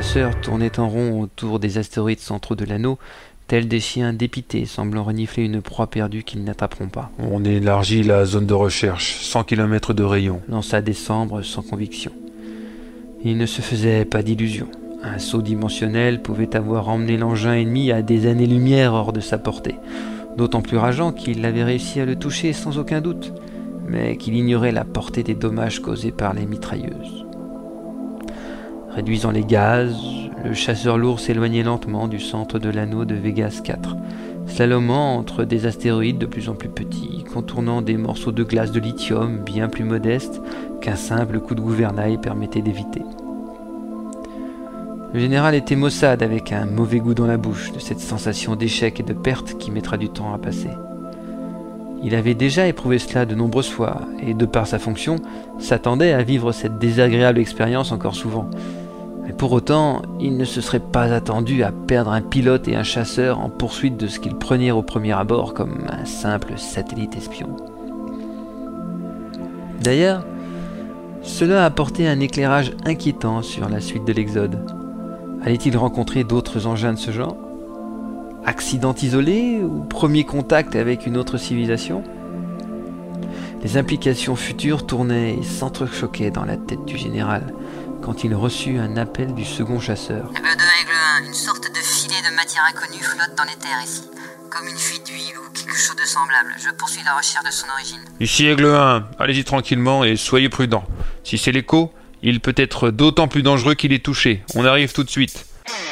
chasseurs tournaient en rond autour des astéroïdes centraux de l'anneau, tels des chiens dépités semblant renifler une proie perdue qu'ils n'attraperont pas. On élargit la zone de recherche, cent kilomètres de rayon, lança Décembre sans conviction. Il ne se faisait pas d'illusions. Un saut dimensionnel pouvait avoir emmené l'engin ennemi à des années-lumière hors de sa portée, d'autant plus rageant qu'il avait réussi à le toucher sans aucun doute, mais qu'il ignorait la portée des dommages causés par les mitrailleuses. Réduisant les gaz, le chasseur lourd s'éloignait lentement du centre de l'anneau de Vegas quatre, slalomant entre des astéroïdes de plus en plus petits, contournant des morceaux de glace de lithium bien plus modestes qu'un simple coup de gouvernail permettait d'éviter. Le général était maussade avec un mauvais goût dans la bouche de cette sensation d'échec et de perte qui mettra du temps à passer. Il avait déjà éprouvé cela de nombreuses fois, et de par sa fonction, s'attendait à vivre cette désagréable expérience encore souvent. Mais pour autant, il ne se serait pas attendu à perdre un pilote et un chasseur en poursuite de ce qu'ils prenaient au premier abord comme un simple satellite espion. D'ailleurs, cela apportait un éclairage inquiétant sur la suite de l'Exode. Allait-il rencontrer d'autres engins de ce genre ? Accident isolé ou premier contact avec une autre civilisation ? Les implications futures tournaient et s'entrechoquaient dans la tête du général quand il reçut un appel du second chasseur. B deux Aigle un, une sorte de filet de matière inconnue flotte dans les terres ici, comme une fuite d'huile ou quelque chose de semblable. Je poursuis la recherche de son origine. Ici Aigle un, allez-y tranquillement et soyez prudents. Si c'est l'écho, il peut être d'autant plus dangereux qu'il est touché. On arrive tout de suite.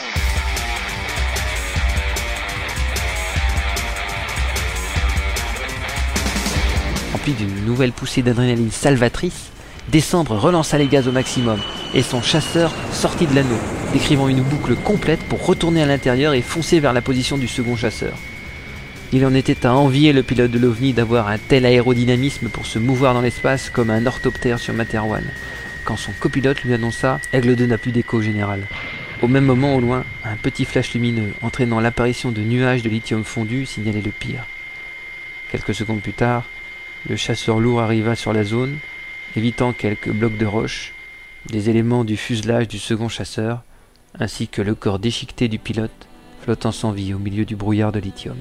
Rempli d'une nouvelle poussée d'adrénaline salvatrice, Décembre relança les gaz au maximum, et son chasseur sortit de l'anneau, décrivant une boucle complète pour retourner à l'intérieur et foncer vers la position du second chasseur. Il en était à envier le pilote de l'OVNI d'avoir un tel aérodynamisme pour se mouvoir dans l'espace comme un orthoptère sur Materwan, quand son copilote lui annonça « Aigle deux n'a plus d'écho général ». Au même moment, au loin, un petit flash lumineux, entraînant l'apparition de nuages de lithium fondu, signalait le pire. Quelques secondes plus tard, le chasseur lourd arriva sur la zone, évitant quelques blocs de roche, des éléments du fuselage du second chasseur, ainsi que le corps déchiqueté du pilote, flottant sans vie au milieu du brouillard de lithium.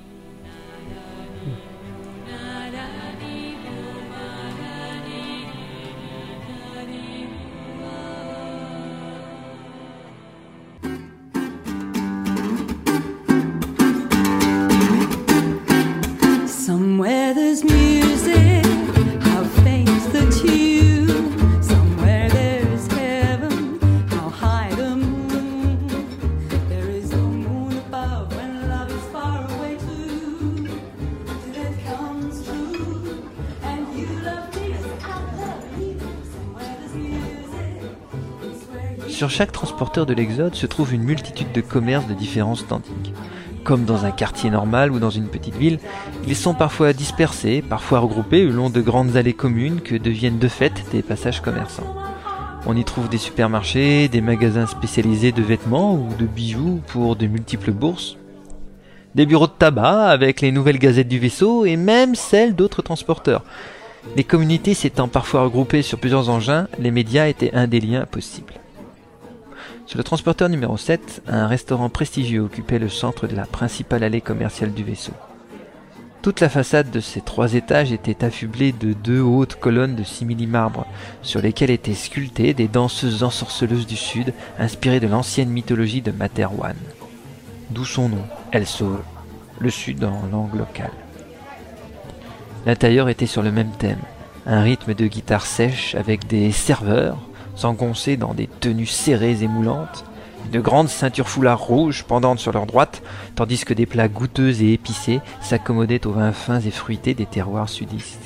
Somewhere there's music, how faint's the tune. Somewhere there's heaven, how high the moon. There is no moon above when love is far away too. Till it comes true, and you love me as I love you. Somewhere there's music, it's where you... Sur chaque transporteur de l'Exode se trouve une multitude de commerces de différents standings. Comme dans un quartier normal ou dans une petite ville, ils sont parfois dispersés, parfois regroupés le long de grandes allées communes que deviennent de fait des passages commerçants. On y trouve des supermarchés, des magasins spécialisés de vêtements ou de bijoux pour de multiples bourses, des bureaux de tabac avec les nouvelles gazettes du vaisseau et même celles d'autres transporteurs. Les communautés s'étant parfois regroupées sur plusieurs engins, les médias étaient un des liens possibles. Sur le transporteur numéro sept, un restaurant prestigieux occupait le centre de la principale allée commerciale du vaisseau. Toute la façade de ces trois étages était affublée de deux hautes colonnes de simili-marbre, sur lesquelles étaient sculptées des danseuses ensorceleuses du Sud, inspirées de l'ancienne mythologie de Materwan. D'où son nom, Elsol, le Sud en langue locale. L'intérieur était sur le même thème, un rythme de guitare sèche avec des serveurs, s'engoncer dans des tenues serrées et moulantes, une grande ceinture foulard rouge pendante sur leur droite, tandis que des plats goûteux et épicés s'accommodaient aux vins fins et fruités des terroirs sudistes.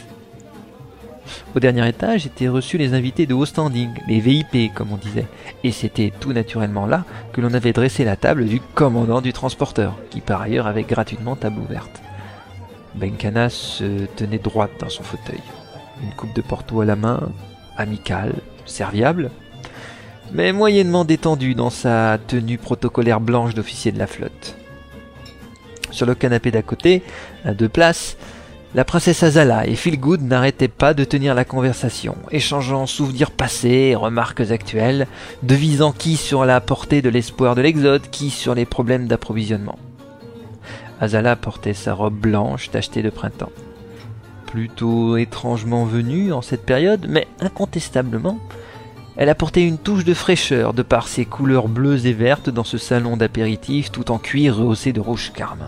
Au dernier étage étaient reçus les invités de haut standing, les V I P comme on disait, et c'était tout naturellement là que l'on avait dressé la table du commandant du transporteur, qui par ailleurs avait gratuitement table ouverte. Benkana se tenait droite dans son fauteuil, une coupe de Porto à la main, amicale, serviable, mais moyennement détendu dans sa tenue protocolaire blanche d'officier de la flotte. Sur le canapé d'à côté, à deux places, La princesse Azala et Feelgood n'arrêtaient pas de tenir la conversation, échangeant souvenirs passés et remarques actuelles, devisant qui sur la portée de l'espoir de l'Exode, qui sur les problèmes d'approvisionnement. Azala portait sa robe blanche tachetée de printemps. Plutôt étrangement venue en cette période, mais incontestablement, elle apportait une touche de fraîcheur de par ses couleurs bleues et vertes dans ce salon d'apéritif tout en cuir rehaussé de rouge carmin.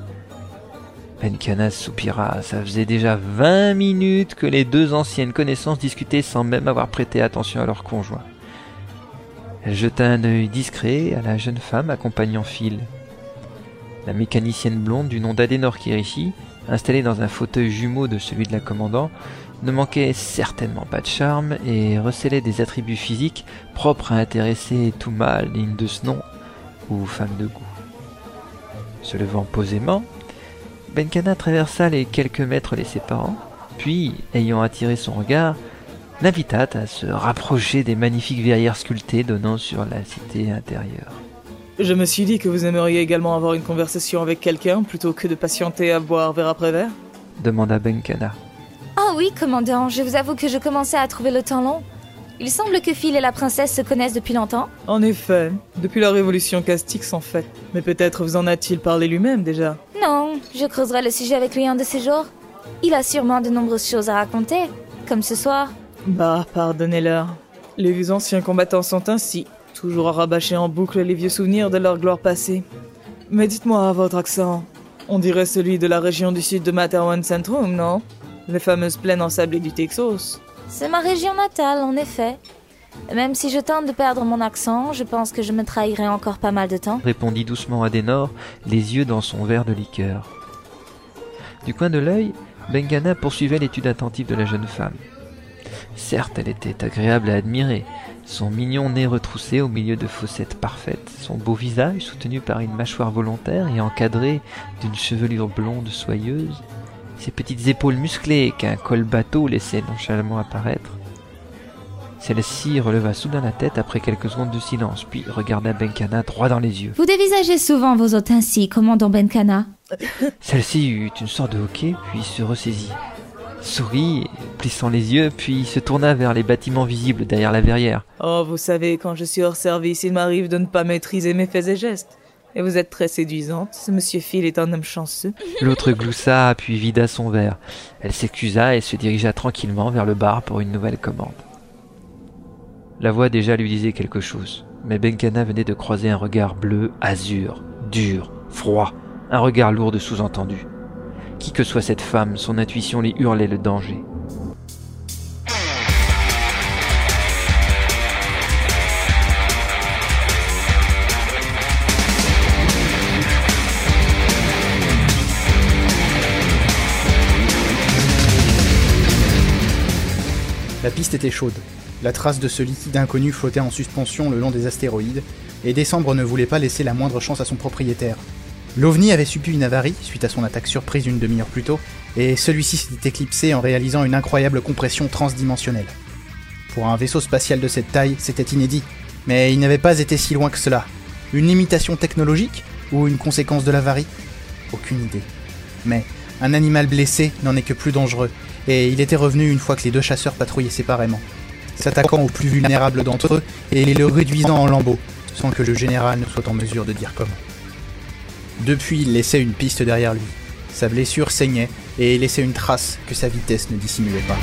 Benkana soupira, ça faisait déjà vingt minutes que les deux anciennes connaissances discutaient sans même avoir prêté attention à leur conjoint. Elle jeta un œil discret à la jeune femme accompagnant Phil. La mécanicienne blonde du nom d'Adenor Kirishi, installée dans un fauteuil jumeau de celui de la commandant, ne manquait certainement pas de charme et recélait des attributs physiques propres à intéresser tout mâle digne de ce nom ou femme de goût. Se levant posément, Benkana traversa les quelques mètres les séparant, puis, ayant attiré son regard, l'invita à se rapprocher des magnifiques verrières sculptées donnant sur la cité intérieure. Je me suis dit que vous aimeriez également avoir une conversation avec quelqu'un plutôt que de patienter à boire verre après verre, demanda Benkana. Ah oui, commandant, je vous avoue que je commençais à trouver le temps long. Il semble que Phil et la princesse se connaissent depuis longtemps. En effet, depuis la révolution Castix en fait. Mais peut-être vous en a-t-il parlé lui-même déjà? Non, je creuserai le sujet avec lui un de ces jours. Il a sûrement de nombreuses choses à raconter, comme ce soir. Bah, pardonnez-leur. Les anciens combattants sont ainsi, toujours à rabâcher en boucle les vieux souvenirs de leur gloire passée. Mais dites-moi, votre accent, on dirait celui de la région du sud de Materwan Centrum, non? Les fameuses plaines ensablées du Texas. C'est ma région natale, en effet. Même si je tente de perdre mon accent, je pense que je me trahirai encore pas mal de temps. Répondit doucement Adenor, les yeux dans son verre de liqueur. Du coin de l'œil, Benkana poursuivait l'étude attentive de la jeune femme. Certes, elle était agréable à admirer. Son mignon nez retroussé au milieu de fossettes parfaites, son beau visage soutenu par une mâchoire volontaire et encadré d'une chevelure blonde soyeuse, ses petites épaules musclées qu'un col bateau laissait nonchalamment apparaître. Celle-ci releva soudain la tête après quelques secondes de silence, puis regarda Benkana droit dans les yeux. Vous dévisagez souvent vos hôtes ainsi, commandant Benkana. Celle-ci eut une sorte de hoquet, puis se ressaisit, sourit, plissant les yeux, puis se tourna vers les bâtiments visibles derrière la verrière. Oh, vous savez, quand je suis hors service, il m'arrive de ne pas maîtriser mes faits et gestes. Et vous êtes très séduisante, ce monsieur Phil est un homme chanceux. L'autre gloussa, puis vida son verre. Elle s'excusa et se dirigea tranquillement vers le bar pour une nouvelle commande. La voix déjà lui disait quelque chose, mais Benkana venait de croiser un regard bleu, azur, dur, froid, un regard lourd de sous-entendu. Qui que soit cette femme, son intuition lui hurlait le danger. La piste était chaude. La trace de ce liquide inconnu flottait en suspension le long des astéroïdes, et Décembre ne voulait pas laisser la moindre chance à son propriétaire. L'OVNI avait subi une avarie suite à son attaque surprise une demi-heure plus tôt, et celui-ci s'était éclipsé en réalisant une incroyable compression transdimensionnelle. Pour un vaisseau spatial de cette taille, c'était inédit, mais il n'avait pas été si loin que cela. Une limitation technologique ou une conséquence de l'avarie? Aucune idée. Mais un animal blessé n'en est que plus dangereux, et il était revenu une fois que les deux chasseurs patrouillaient séparément, s'attaquant aux plus vulnérables d'entre eux et le réduisant en lambeaux, sans que le général ne soit en mesure de dire comment. Depuis, il laissait une piste derrière lui. Sa blessure saignait et laissait une trace que sa vitesse ne dissimulait pas.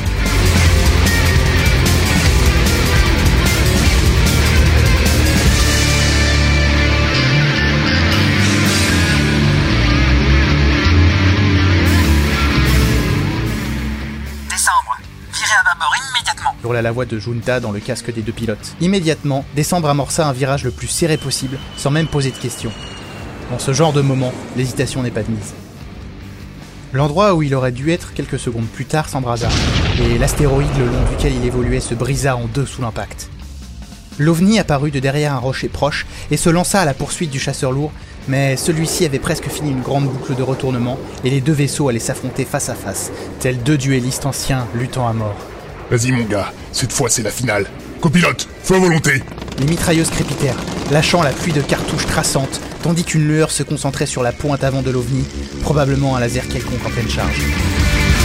Hurla la voix de Junta dans le casque des deux pilotes. Immédiatement, Décembre amorça un virage le plus serré possible, sans même poser de questions. Dans ce genre de moment, l'hésitation n'est pas de mise. L'endroit où il aurait dû être quelques secondes plus tard s'embrasa, et l'astéroïde le long duquel il évoluait se brisa en deux sous l'impact. L'OVNI apparut de derrière un rocher proche et se lança à la poursuite du chasseur lourd, mais celui-ci avait presque fini une grande boucle de retournement, et les deux vaisseaux allaient s'affronter face à face, tels deux duellistes anciens luttant à mort. Vas-y mon gars, cette fois c'est la finale. Copilote, feu à volonté. Les mitrailleuses crépitèrent, lâchant la pluie de cartouches traçantes, tandis qu'une lueur se concentrait sur la pointe avant de l'OVNI, probablement un laser quelconque en pleine charge.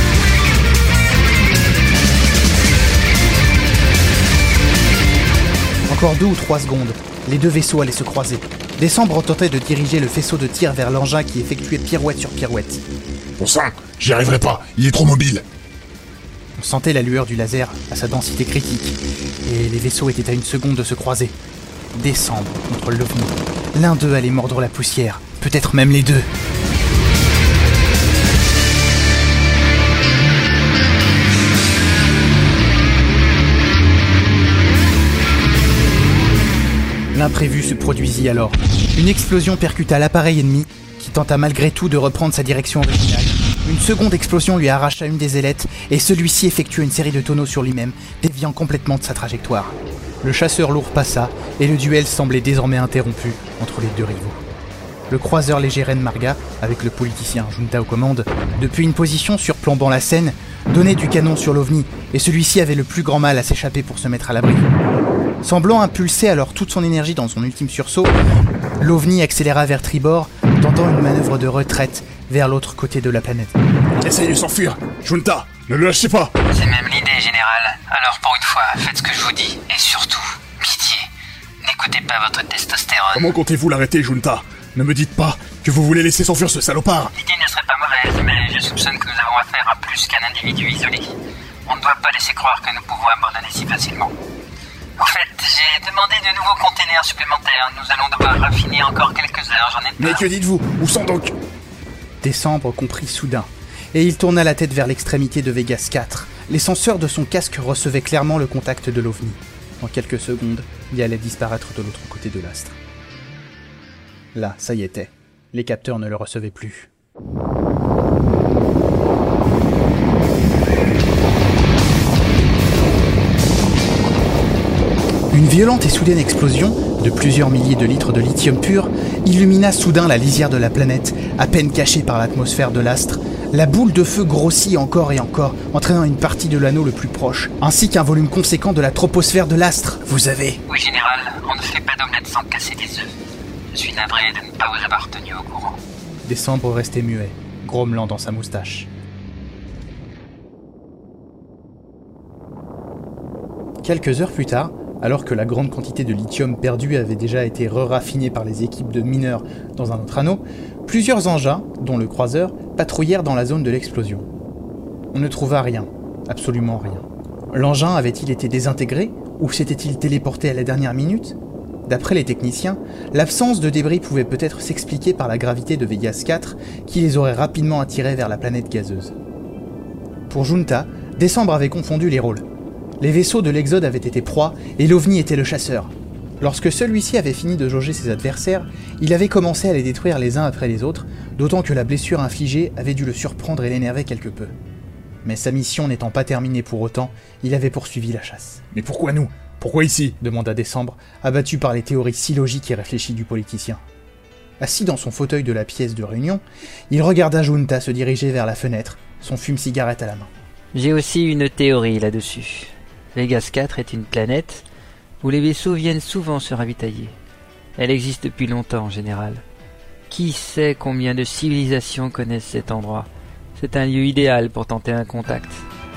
Encore deux ou trois secondes, les deux vaisseaux allaient se croiser. Décembre tentait de diriger le faisceau de tir vers l'engin qui effectuait pirouette sur pirouette. Bon sang, j'y arriverai pas, il est trop mobile. On sentait la lueur du laser à sa densité critique, et les vaisseaux étaient à une seconde de se croiser. Décembre contre l'OVNI. L'un d'eux allait mordre la poussière, peut-être même les deux. L'imprévu se produisit alors. Une explosion percuta l'appareil ennemi, qui tenta malgré tout de reprendre sa direction originale. Une seconde explosion lui arracha une des ailettes, et celui-ci effectua une série de tonneaux sur lui-même, déviant complètement de sa trajectoire. Le chasseur lourd passa, et le duel semblait désormais interrompu entre les deux rivaux. Le croiseur léger Ren Marga, avec le politicien Junta aux commandes, depuis une position surplombant la scène, donnait du canon sur l'OVNI, et celui-ci avait le plus grand mal à s'échapper pour se mettre à l'abri. Semblant impulser alors toute son énergie dans son ultime sursaut, l'OVNI accéléra vers tribord, tentant une manœuvre de retraite vers l'autre côté de la planète. Essaye de s'enfuir, Junta, ne le lâchez pas. C'est même l'idée, général. Alors pour une fois, faites ce que je vous dis, et surtout, pitié, n'écoutez pas votre testostérone. Comment comptez-vous l'arrêter, Junta? Ne me dites pas que vous voulez laisser s'enfuir ce salopard. L'idée ne serait pas mauvaise, mais je soupçonne que nous avons affaire à plus qu'un individu isolé. On ne doit pas laisser croire que nous pouvons abandonner si facilement. En fait, j'ai demandé de nouveaux containers supplémentaires. Nous allons devoir raffiner encore quelques heures, j'en ai peur. Mais que dites-vous? Où sont donc? Décembre comprit soudain, et il tourna la tête vers l'extrémité de Vegas quatre. Les senseurs de son casque recevaient clairement le contact de l'OVNI. En quelques secondes, il allait disparaître de l'autre côté de l'astre. Là, ça y était. Les capteurs ne le recevaient plus. Une violente et soudaine explosion, de plusieurs milliers de litres de lithium pur, illumina soudain la lisière de la planète, à peine cachée par l'atmosphère de l'astre. La boule de feu grossit encore et encore, entraînant une partie de l'anneau le plus proche, ainsi qu'un volume conséquent de la troposphère de l'astre. Vous avez... Oui, général, on ne fait pas d'omelette sans casser des œufs. Je suis navré de ne pas vous avoir tenu au courant. Décembre restait muet, grommelant dans sa moustache. Quelques heures plus tard, alors que la grande quantité de lithium perdu avait déjà été re-raffinée par les équipes de mineurs dans un autre anneau, plusieurs engins, dont le croiseur, patrouillèrent dans la zone de l'explosion. On ne trouva rien, absolument rien. L'engin avait-il été désintégré, ou s'était-il téléporté à la dernière minute ? D'après les techniciens, l'absence de débris pouvait peut-être s'expliquer par la gravité de Vegas quatre, qui les aurait rapidement attirés vers la planète gazeuse. Pour Junta, Décembre avait confondu les rôles. Les vaisseaux de l'Exode avaient été proies, et l'OVNI était le chasseur. Lorsque celui-ci avait fini de jauger ses adversaires, il avait commencé à les détruire les uns après les autres, d'autant que la blessure infligée avait dû le surprendre et l'énerver quelque peu. Mais sa mission n'étant pas terminée pour autant, il avait poursuivi la chasse. Mais pourquoi nous? Pourquoi ici? Demanda Décembre, abattu par les théories si logiques et réfléchies du politicien. Assis dans son fauteuil de la pièce de réunion, il regarda Junta se diriger vers la fenêtre, son fume-cigarette à la main. J'ai aussi une théorie là-dessus. Vegas quatre est une planète où les vaisseaux viennent souvent se ravitailler. Elle existe depuis longtemps en général. Qui sait combien de civilisations connaissent cet endroit? C'est un lieu idéal pour tenter un contact.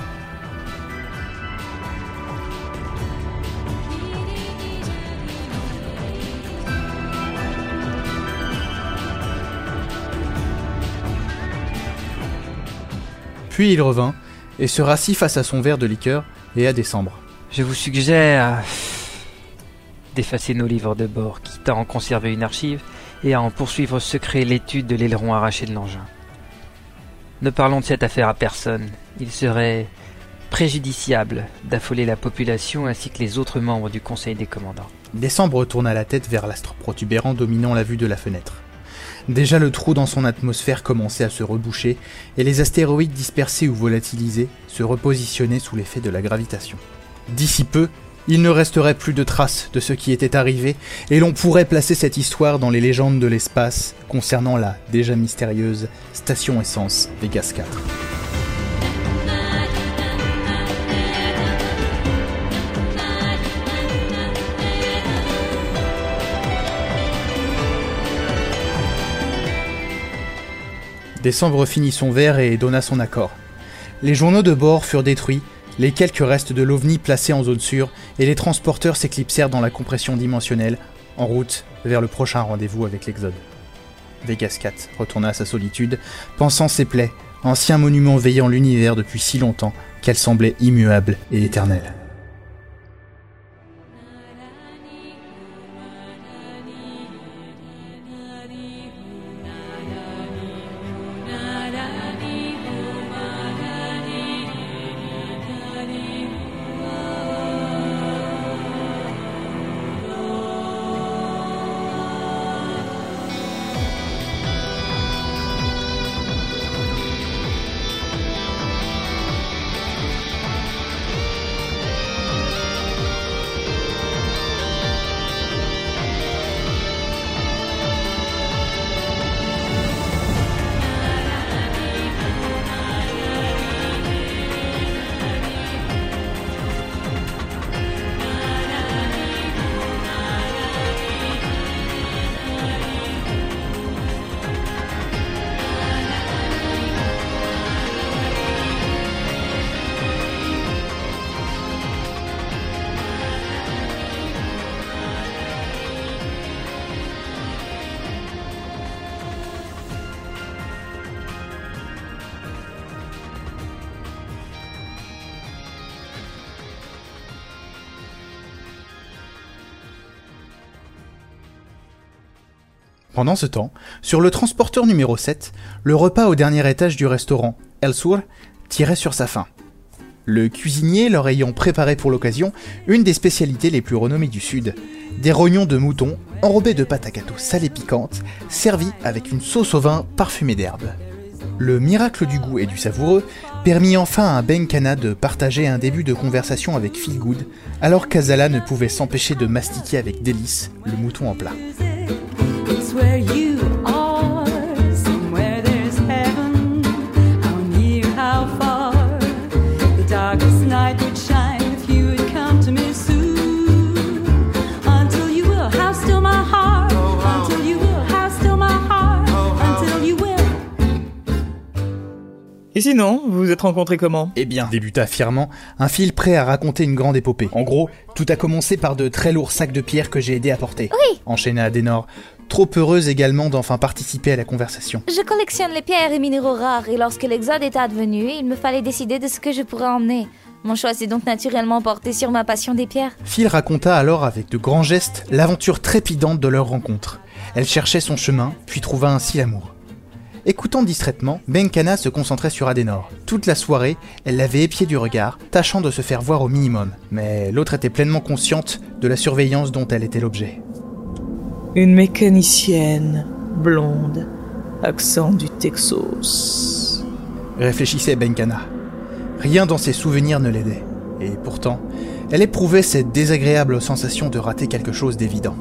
Puis il revint et se rassit face à son verre de liqueur et à Décembre. Je vous suggère d'effacer nos livres de bord, quitte à en conserver une archive et à en poursuivre secret l'étude de l'aileron arraché de l'engin. Ne parlons de cette affaire à personne. Il serait préjudiciable d'affoler la population ainsi que les autres membres du Conseil des commandants. Décembre tourna la tête vers l'astre protubérant dominant la vue de la fenêtre. Déjà le trou dans son atmosphère commençait à se reboucher et les astéroïdes dispersés ou volatilisés se repositionnaient sous l'effet de la gravitation. D'ici peu, il ne resterait plus de traces de ce qui était arrivé et l'on pourrait placer cette histoire dans les légendes de l'espace concernant la déjà mystérieuse Station Essence Vegas quatre. Décembre finit son verre et donna son accord. Les journaux de bord furent détruits, les quelques restes de l'OVNI placés en zone sûre, et les transporteurs s'éclipsèrent dans la compression dimensionnelle, en route vers le prochain rendez-vous avec l'Exode. Vegas quatre retourna à sa solitude, pensant ses plaies, ancien monument veillant l'univers depuis si longtemps qu'elles semblaient immuables et éternelles. Pendant ce temps, sur le transporteur numéro sept, le repas au dernier étage du restaurant, El Sur, tirait sur sa faim. Le cuisinier leur ayant préparé pour l'occasion une des spécialités les plus renommées du Sud, des rognons de mouton enrobés de pâte à gâteau salée piquante, servis avec une sauce au vin parfumée d'herbes. Le miracle du goût et du savoureux permit enfin à Benkana de partager un début de conversation avec Feelgood, alors qu'Azala ne pouvait s'empêcher de mastiquer avec délice le mouton en plat. It's where you are, somewhere there's heaven. How near, how far, the darkest night would shine if you would come to me soon. Until you will, how still my heart, until you will, how still my heart, until you will. Et sinon, vous vous êtes rencontrés comment ? Eh bien, débuta fièrement, un fil prêt à raconter une grande épopée. En gros, tout a commencé par de très lourds sacs de pierre que j'ai aidé à porter. Oui. Enchaîna Adenor, trop heureuse également d'enfin participer à la conversation. Je collectionne les pierres et minéraux rares, et lorsque l'exode est advenu, il me fallait décider de ce que je pourrais emmener. Mon choix s'est donc naturellement porté sur ma passion des pierres. Phil raconta alors avec de grands gestes l'aventure trépidante de leur rencontre. Elle cherchait son chemin, puis trouva ainsi l'amour. Écoutant distraitement, Benkana se concentrait sur Adenor. Toute la soirée, elle l'avait épié du regard, tâchant de se faire voir au minimum. Mais l'autre était pleinement consciente de la surveillance dont elle était l'objet. Une mécanicienne, blonde, accent du Texas. Réfléchissait Benkana. Rien dans ses souvenirs ne l'aidait. Et pourtant, elle éprouvait cette désagréable sensation de rater quelque chose d'évident.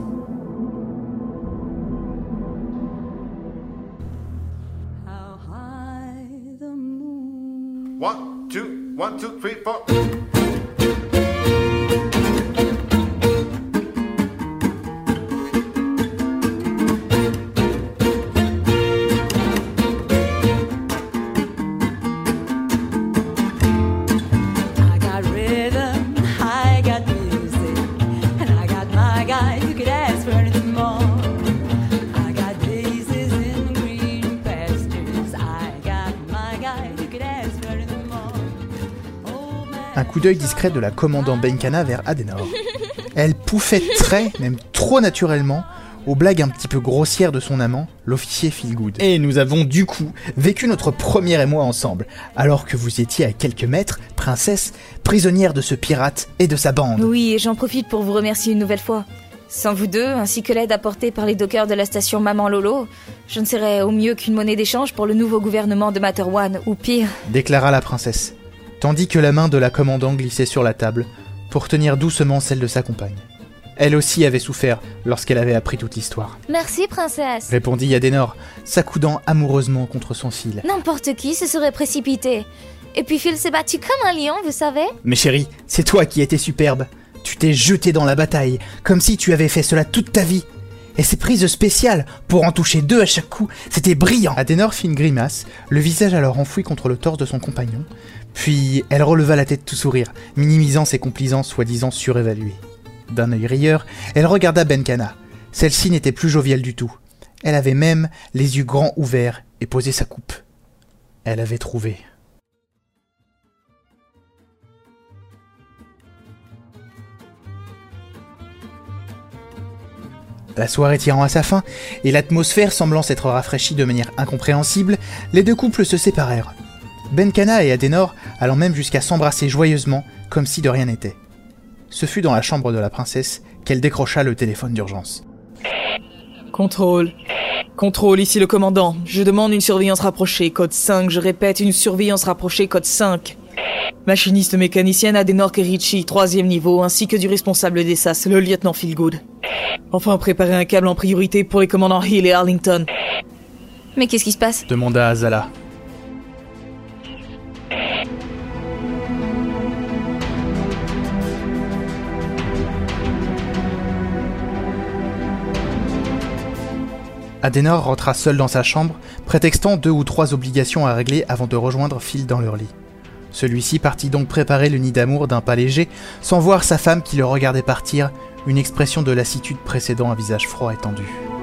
One, two, one, two, three, four. Un coup d'œil discret de la commandant Benkana vers Adenor. Elle pouffait très, même trop naturellement, aux blagues un petit peu grossières de son amant, l'officier Feelgood. Et nous avons du coup vécu notre premier émoi ensemble, alors que vous étiez à quelques mètres, princesse, prisonnière de ce pirate et de sa bande. Oui, et j'en profite pour vous remercier une nouvelle fois. Sans vous deux, ainsi que l'aide apportée par les dockers de la station Maman Lolo, je ne serais au mieux qu'une monnaie d'échange pour le nouveau gouvernement de Materwan, ou pire. Déclara la princesse, tandis que la main de la commandant glissait sur la table, pour tenir doucement celle de sa compagne. Elle aussi avait souffert lorsqu'elle avait appris toute l'histoire. Merci, princesse. Répondit Adenor, s'accoudant amoureusement contre son fil. N'importe qui se serait précipité. Et puis Phil s'est battu comme un lion, vous savez. Mais chérie, c'est toi qui étais superbe. Tu t'es jeté dans la bataille, comme si tu avais fait cela toute ta vie. Et ces prises spéciales, pour en toucher deux à chaque coup, c'était brillant. Adenor fit une grimace, le visage alors enfoui contre le torse de son compagnon, Puis elle releva la tête tout sourire, minimisant ses complaisants soi-disant surévalués. D'un œil rieur, elle regarda Benkana. Celle-ci n'était plus joviale du tout. Elle avait même les yeux grands ouverts et posait sa coupe. Elle avait trouvé. La soirée tirant à sa fin, et l'atmosphère semblant s'être rafraîchie de manière incompréhensible, les deux couples se séparèrent. Benkana et Adenor allant même jusqu'à s'embrasser joyeusement, comme si de rien n'était. Ce fut dans la chambre de la princesse qu'elle décrocha le téléphone d'urgence. Contrôle. Contrôle, ici le commandant. Je demande une surveillance rapprochée, code cinq. Je répète, une surveillance rapprochée, code cinq. Machiniste mécanicienne Adenor Kerichi, troisième niveau, ainsi que du responsable des S A S, le lieutenant Feelgood. Enfin, préparez un câble en priorité pour les commandants Hill et Arlington. Mais qu'est-ce qui se passe ? Demanda Azala. Adenor rentra seul dans sa chambre, prétextant deux ou trois obligations à régler avant de rejoindre Phil dans leur lit. Celui-ci partit donc préparer le nid d'amour d'un pas léger, sans voir sa femme qui le regardait partir, une expression de lassitude précédant un visage froid et tendu.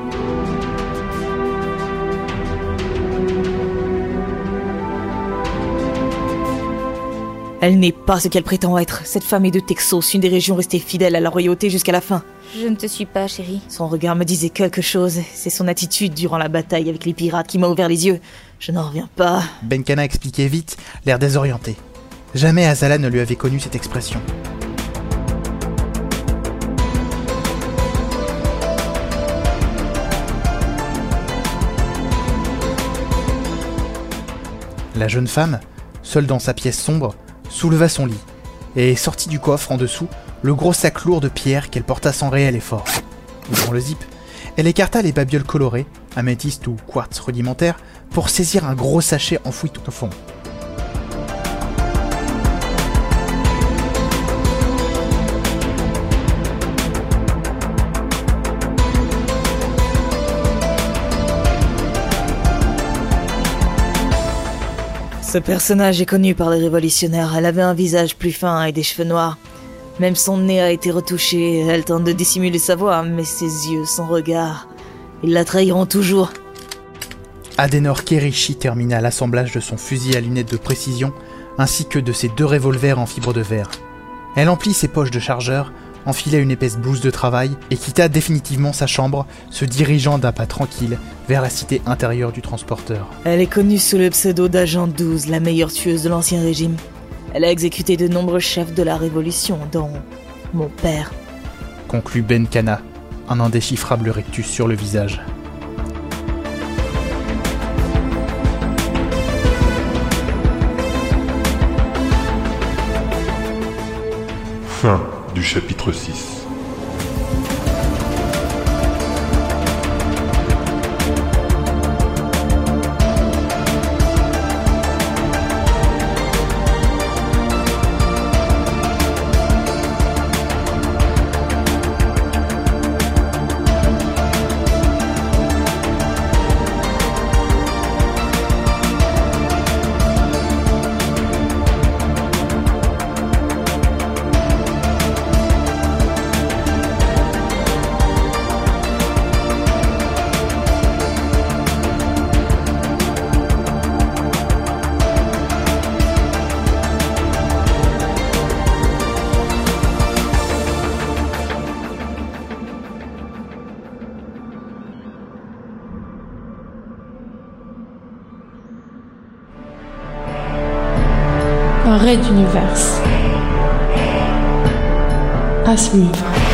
Elle n'est pas ce qu'elle prétend être. Cette femme est de Texas, une des régions restées fidèles à la royauté jusqu'à la fin. Je ne te suis pas, chérie. Son regard me disait quelque chose. C'est son attitude durant la bataille avec les pirates qui m'a ouvert les yeux. Je n'en reviens pas. Benkana expliquait vite, l'air désorienté. Jamais Azala ne lui avait connu cette expression. La jeune femme, seule dans sa pièce sombre, souleva son lit, et sortit du coffre en dessous le gros sac lourd de pierre qu'elle porta sans réel effort. Ouvrant le zip, elle écarta les babioles colorées, améthyste ou quartz rudimentaire, pour saisir un gros sachet enfoui tout au fond. Ce personnage est connu par les révolutionnaires. Elle avait un visage plus fin et des cheveux noirs. Même son nez a été retouché. Elle tente de dissimuler sa voix, mais ses yeux, son regard, ils la trahiront toujours. Adenor Kerichi termina l'assemblage de son fusil à lunettes de précision, ainsi que de ses deux revolvers en fibre de verre. Elle emplit ses poches de chargeur, enfila une épaisse blouse de travail et quitta définitivement sa chambre, se dirigeant d'un pas tranquille vers la cité intérieure du transporteur. Elle est connue sous le pseudo d'Agent douze, la meilleure tueuse de l'Ancien Régime. Elle a exécuté de nombreux chefs de la Révolution, dont mon père. Conclut Benkana, un indéchiffrable rictus sur le visage. Fin du chapitre six. Raid d'univers. À suivre.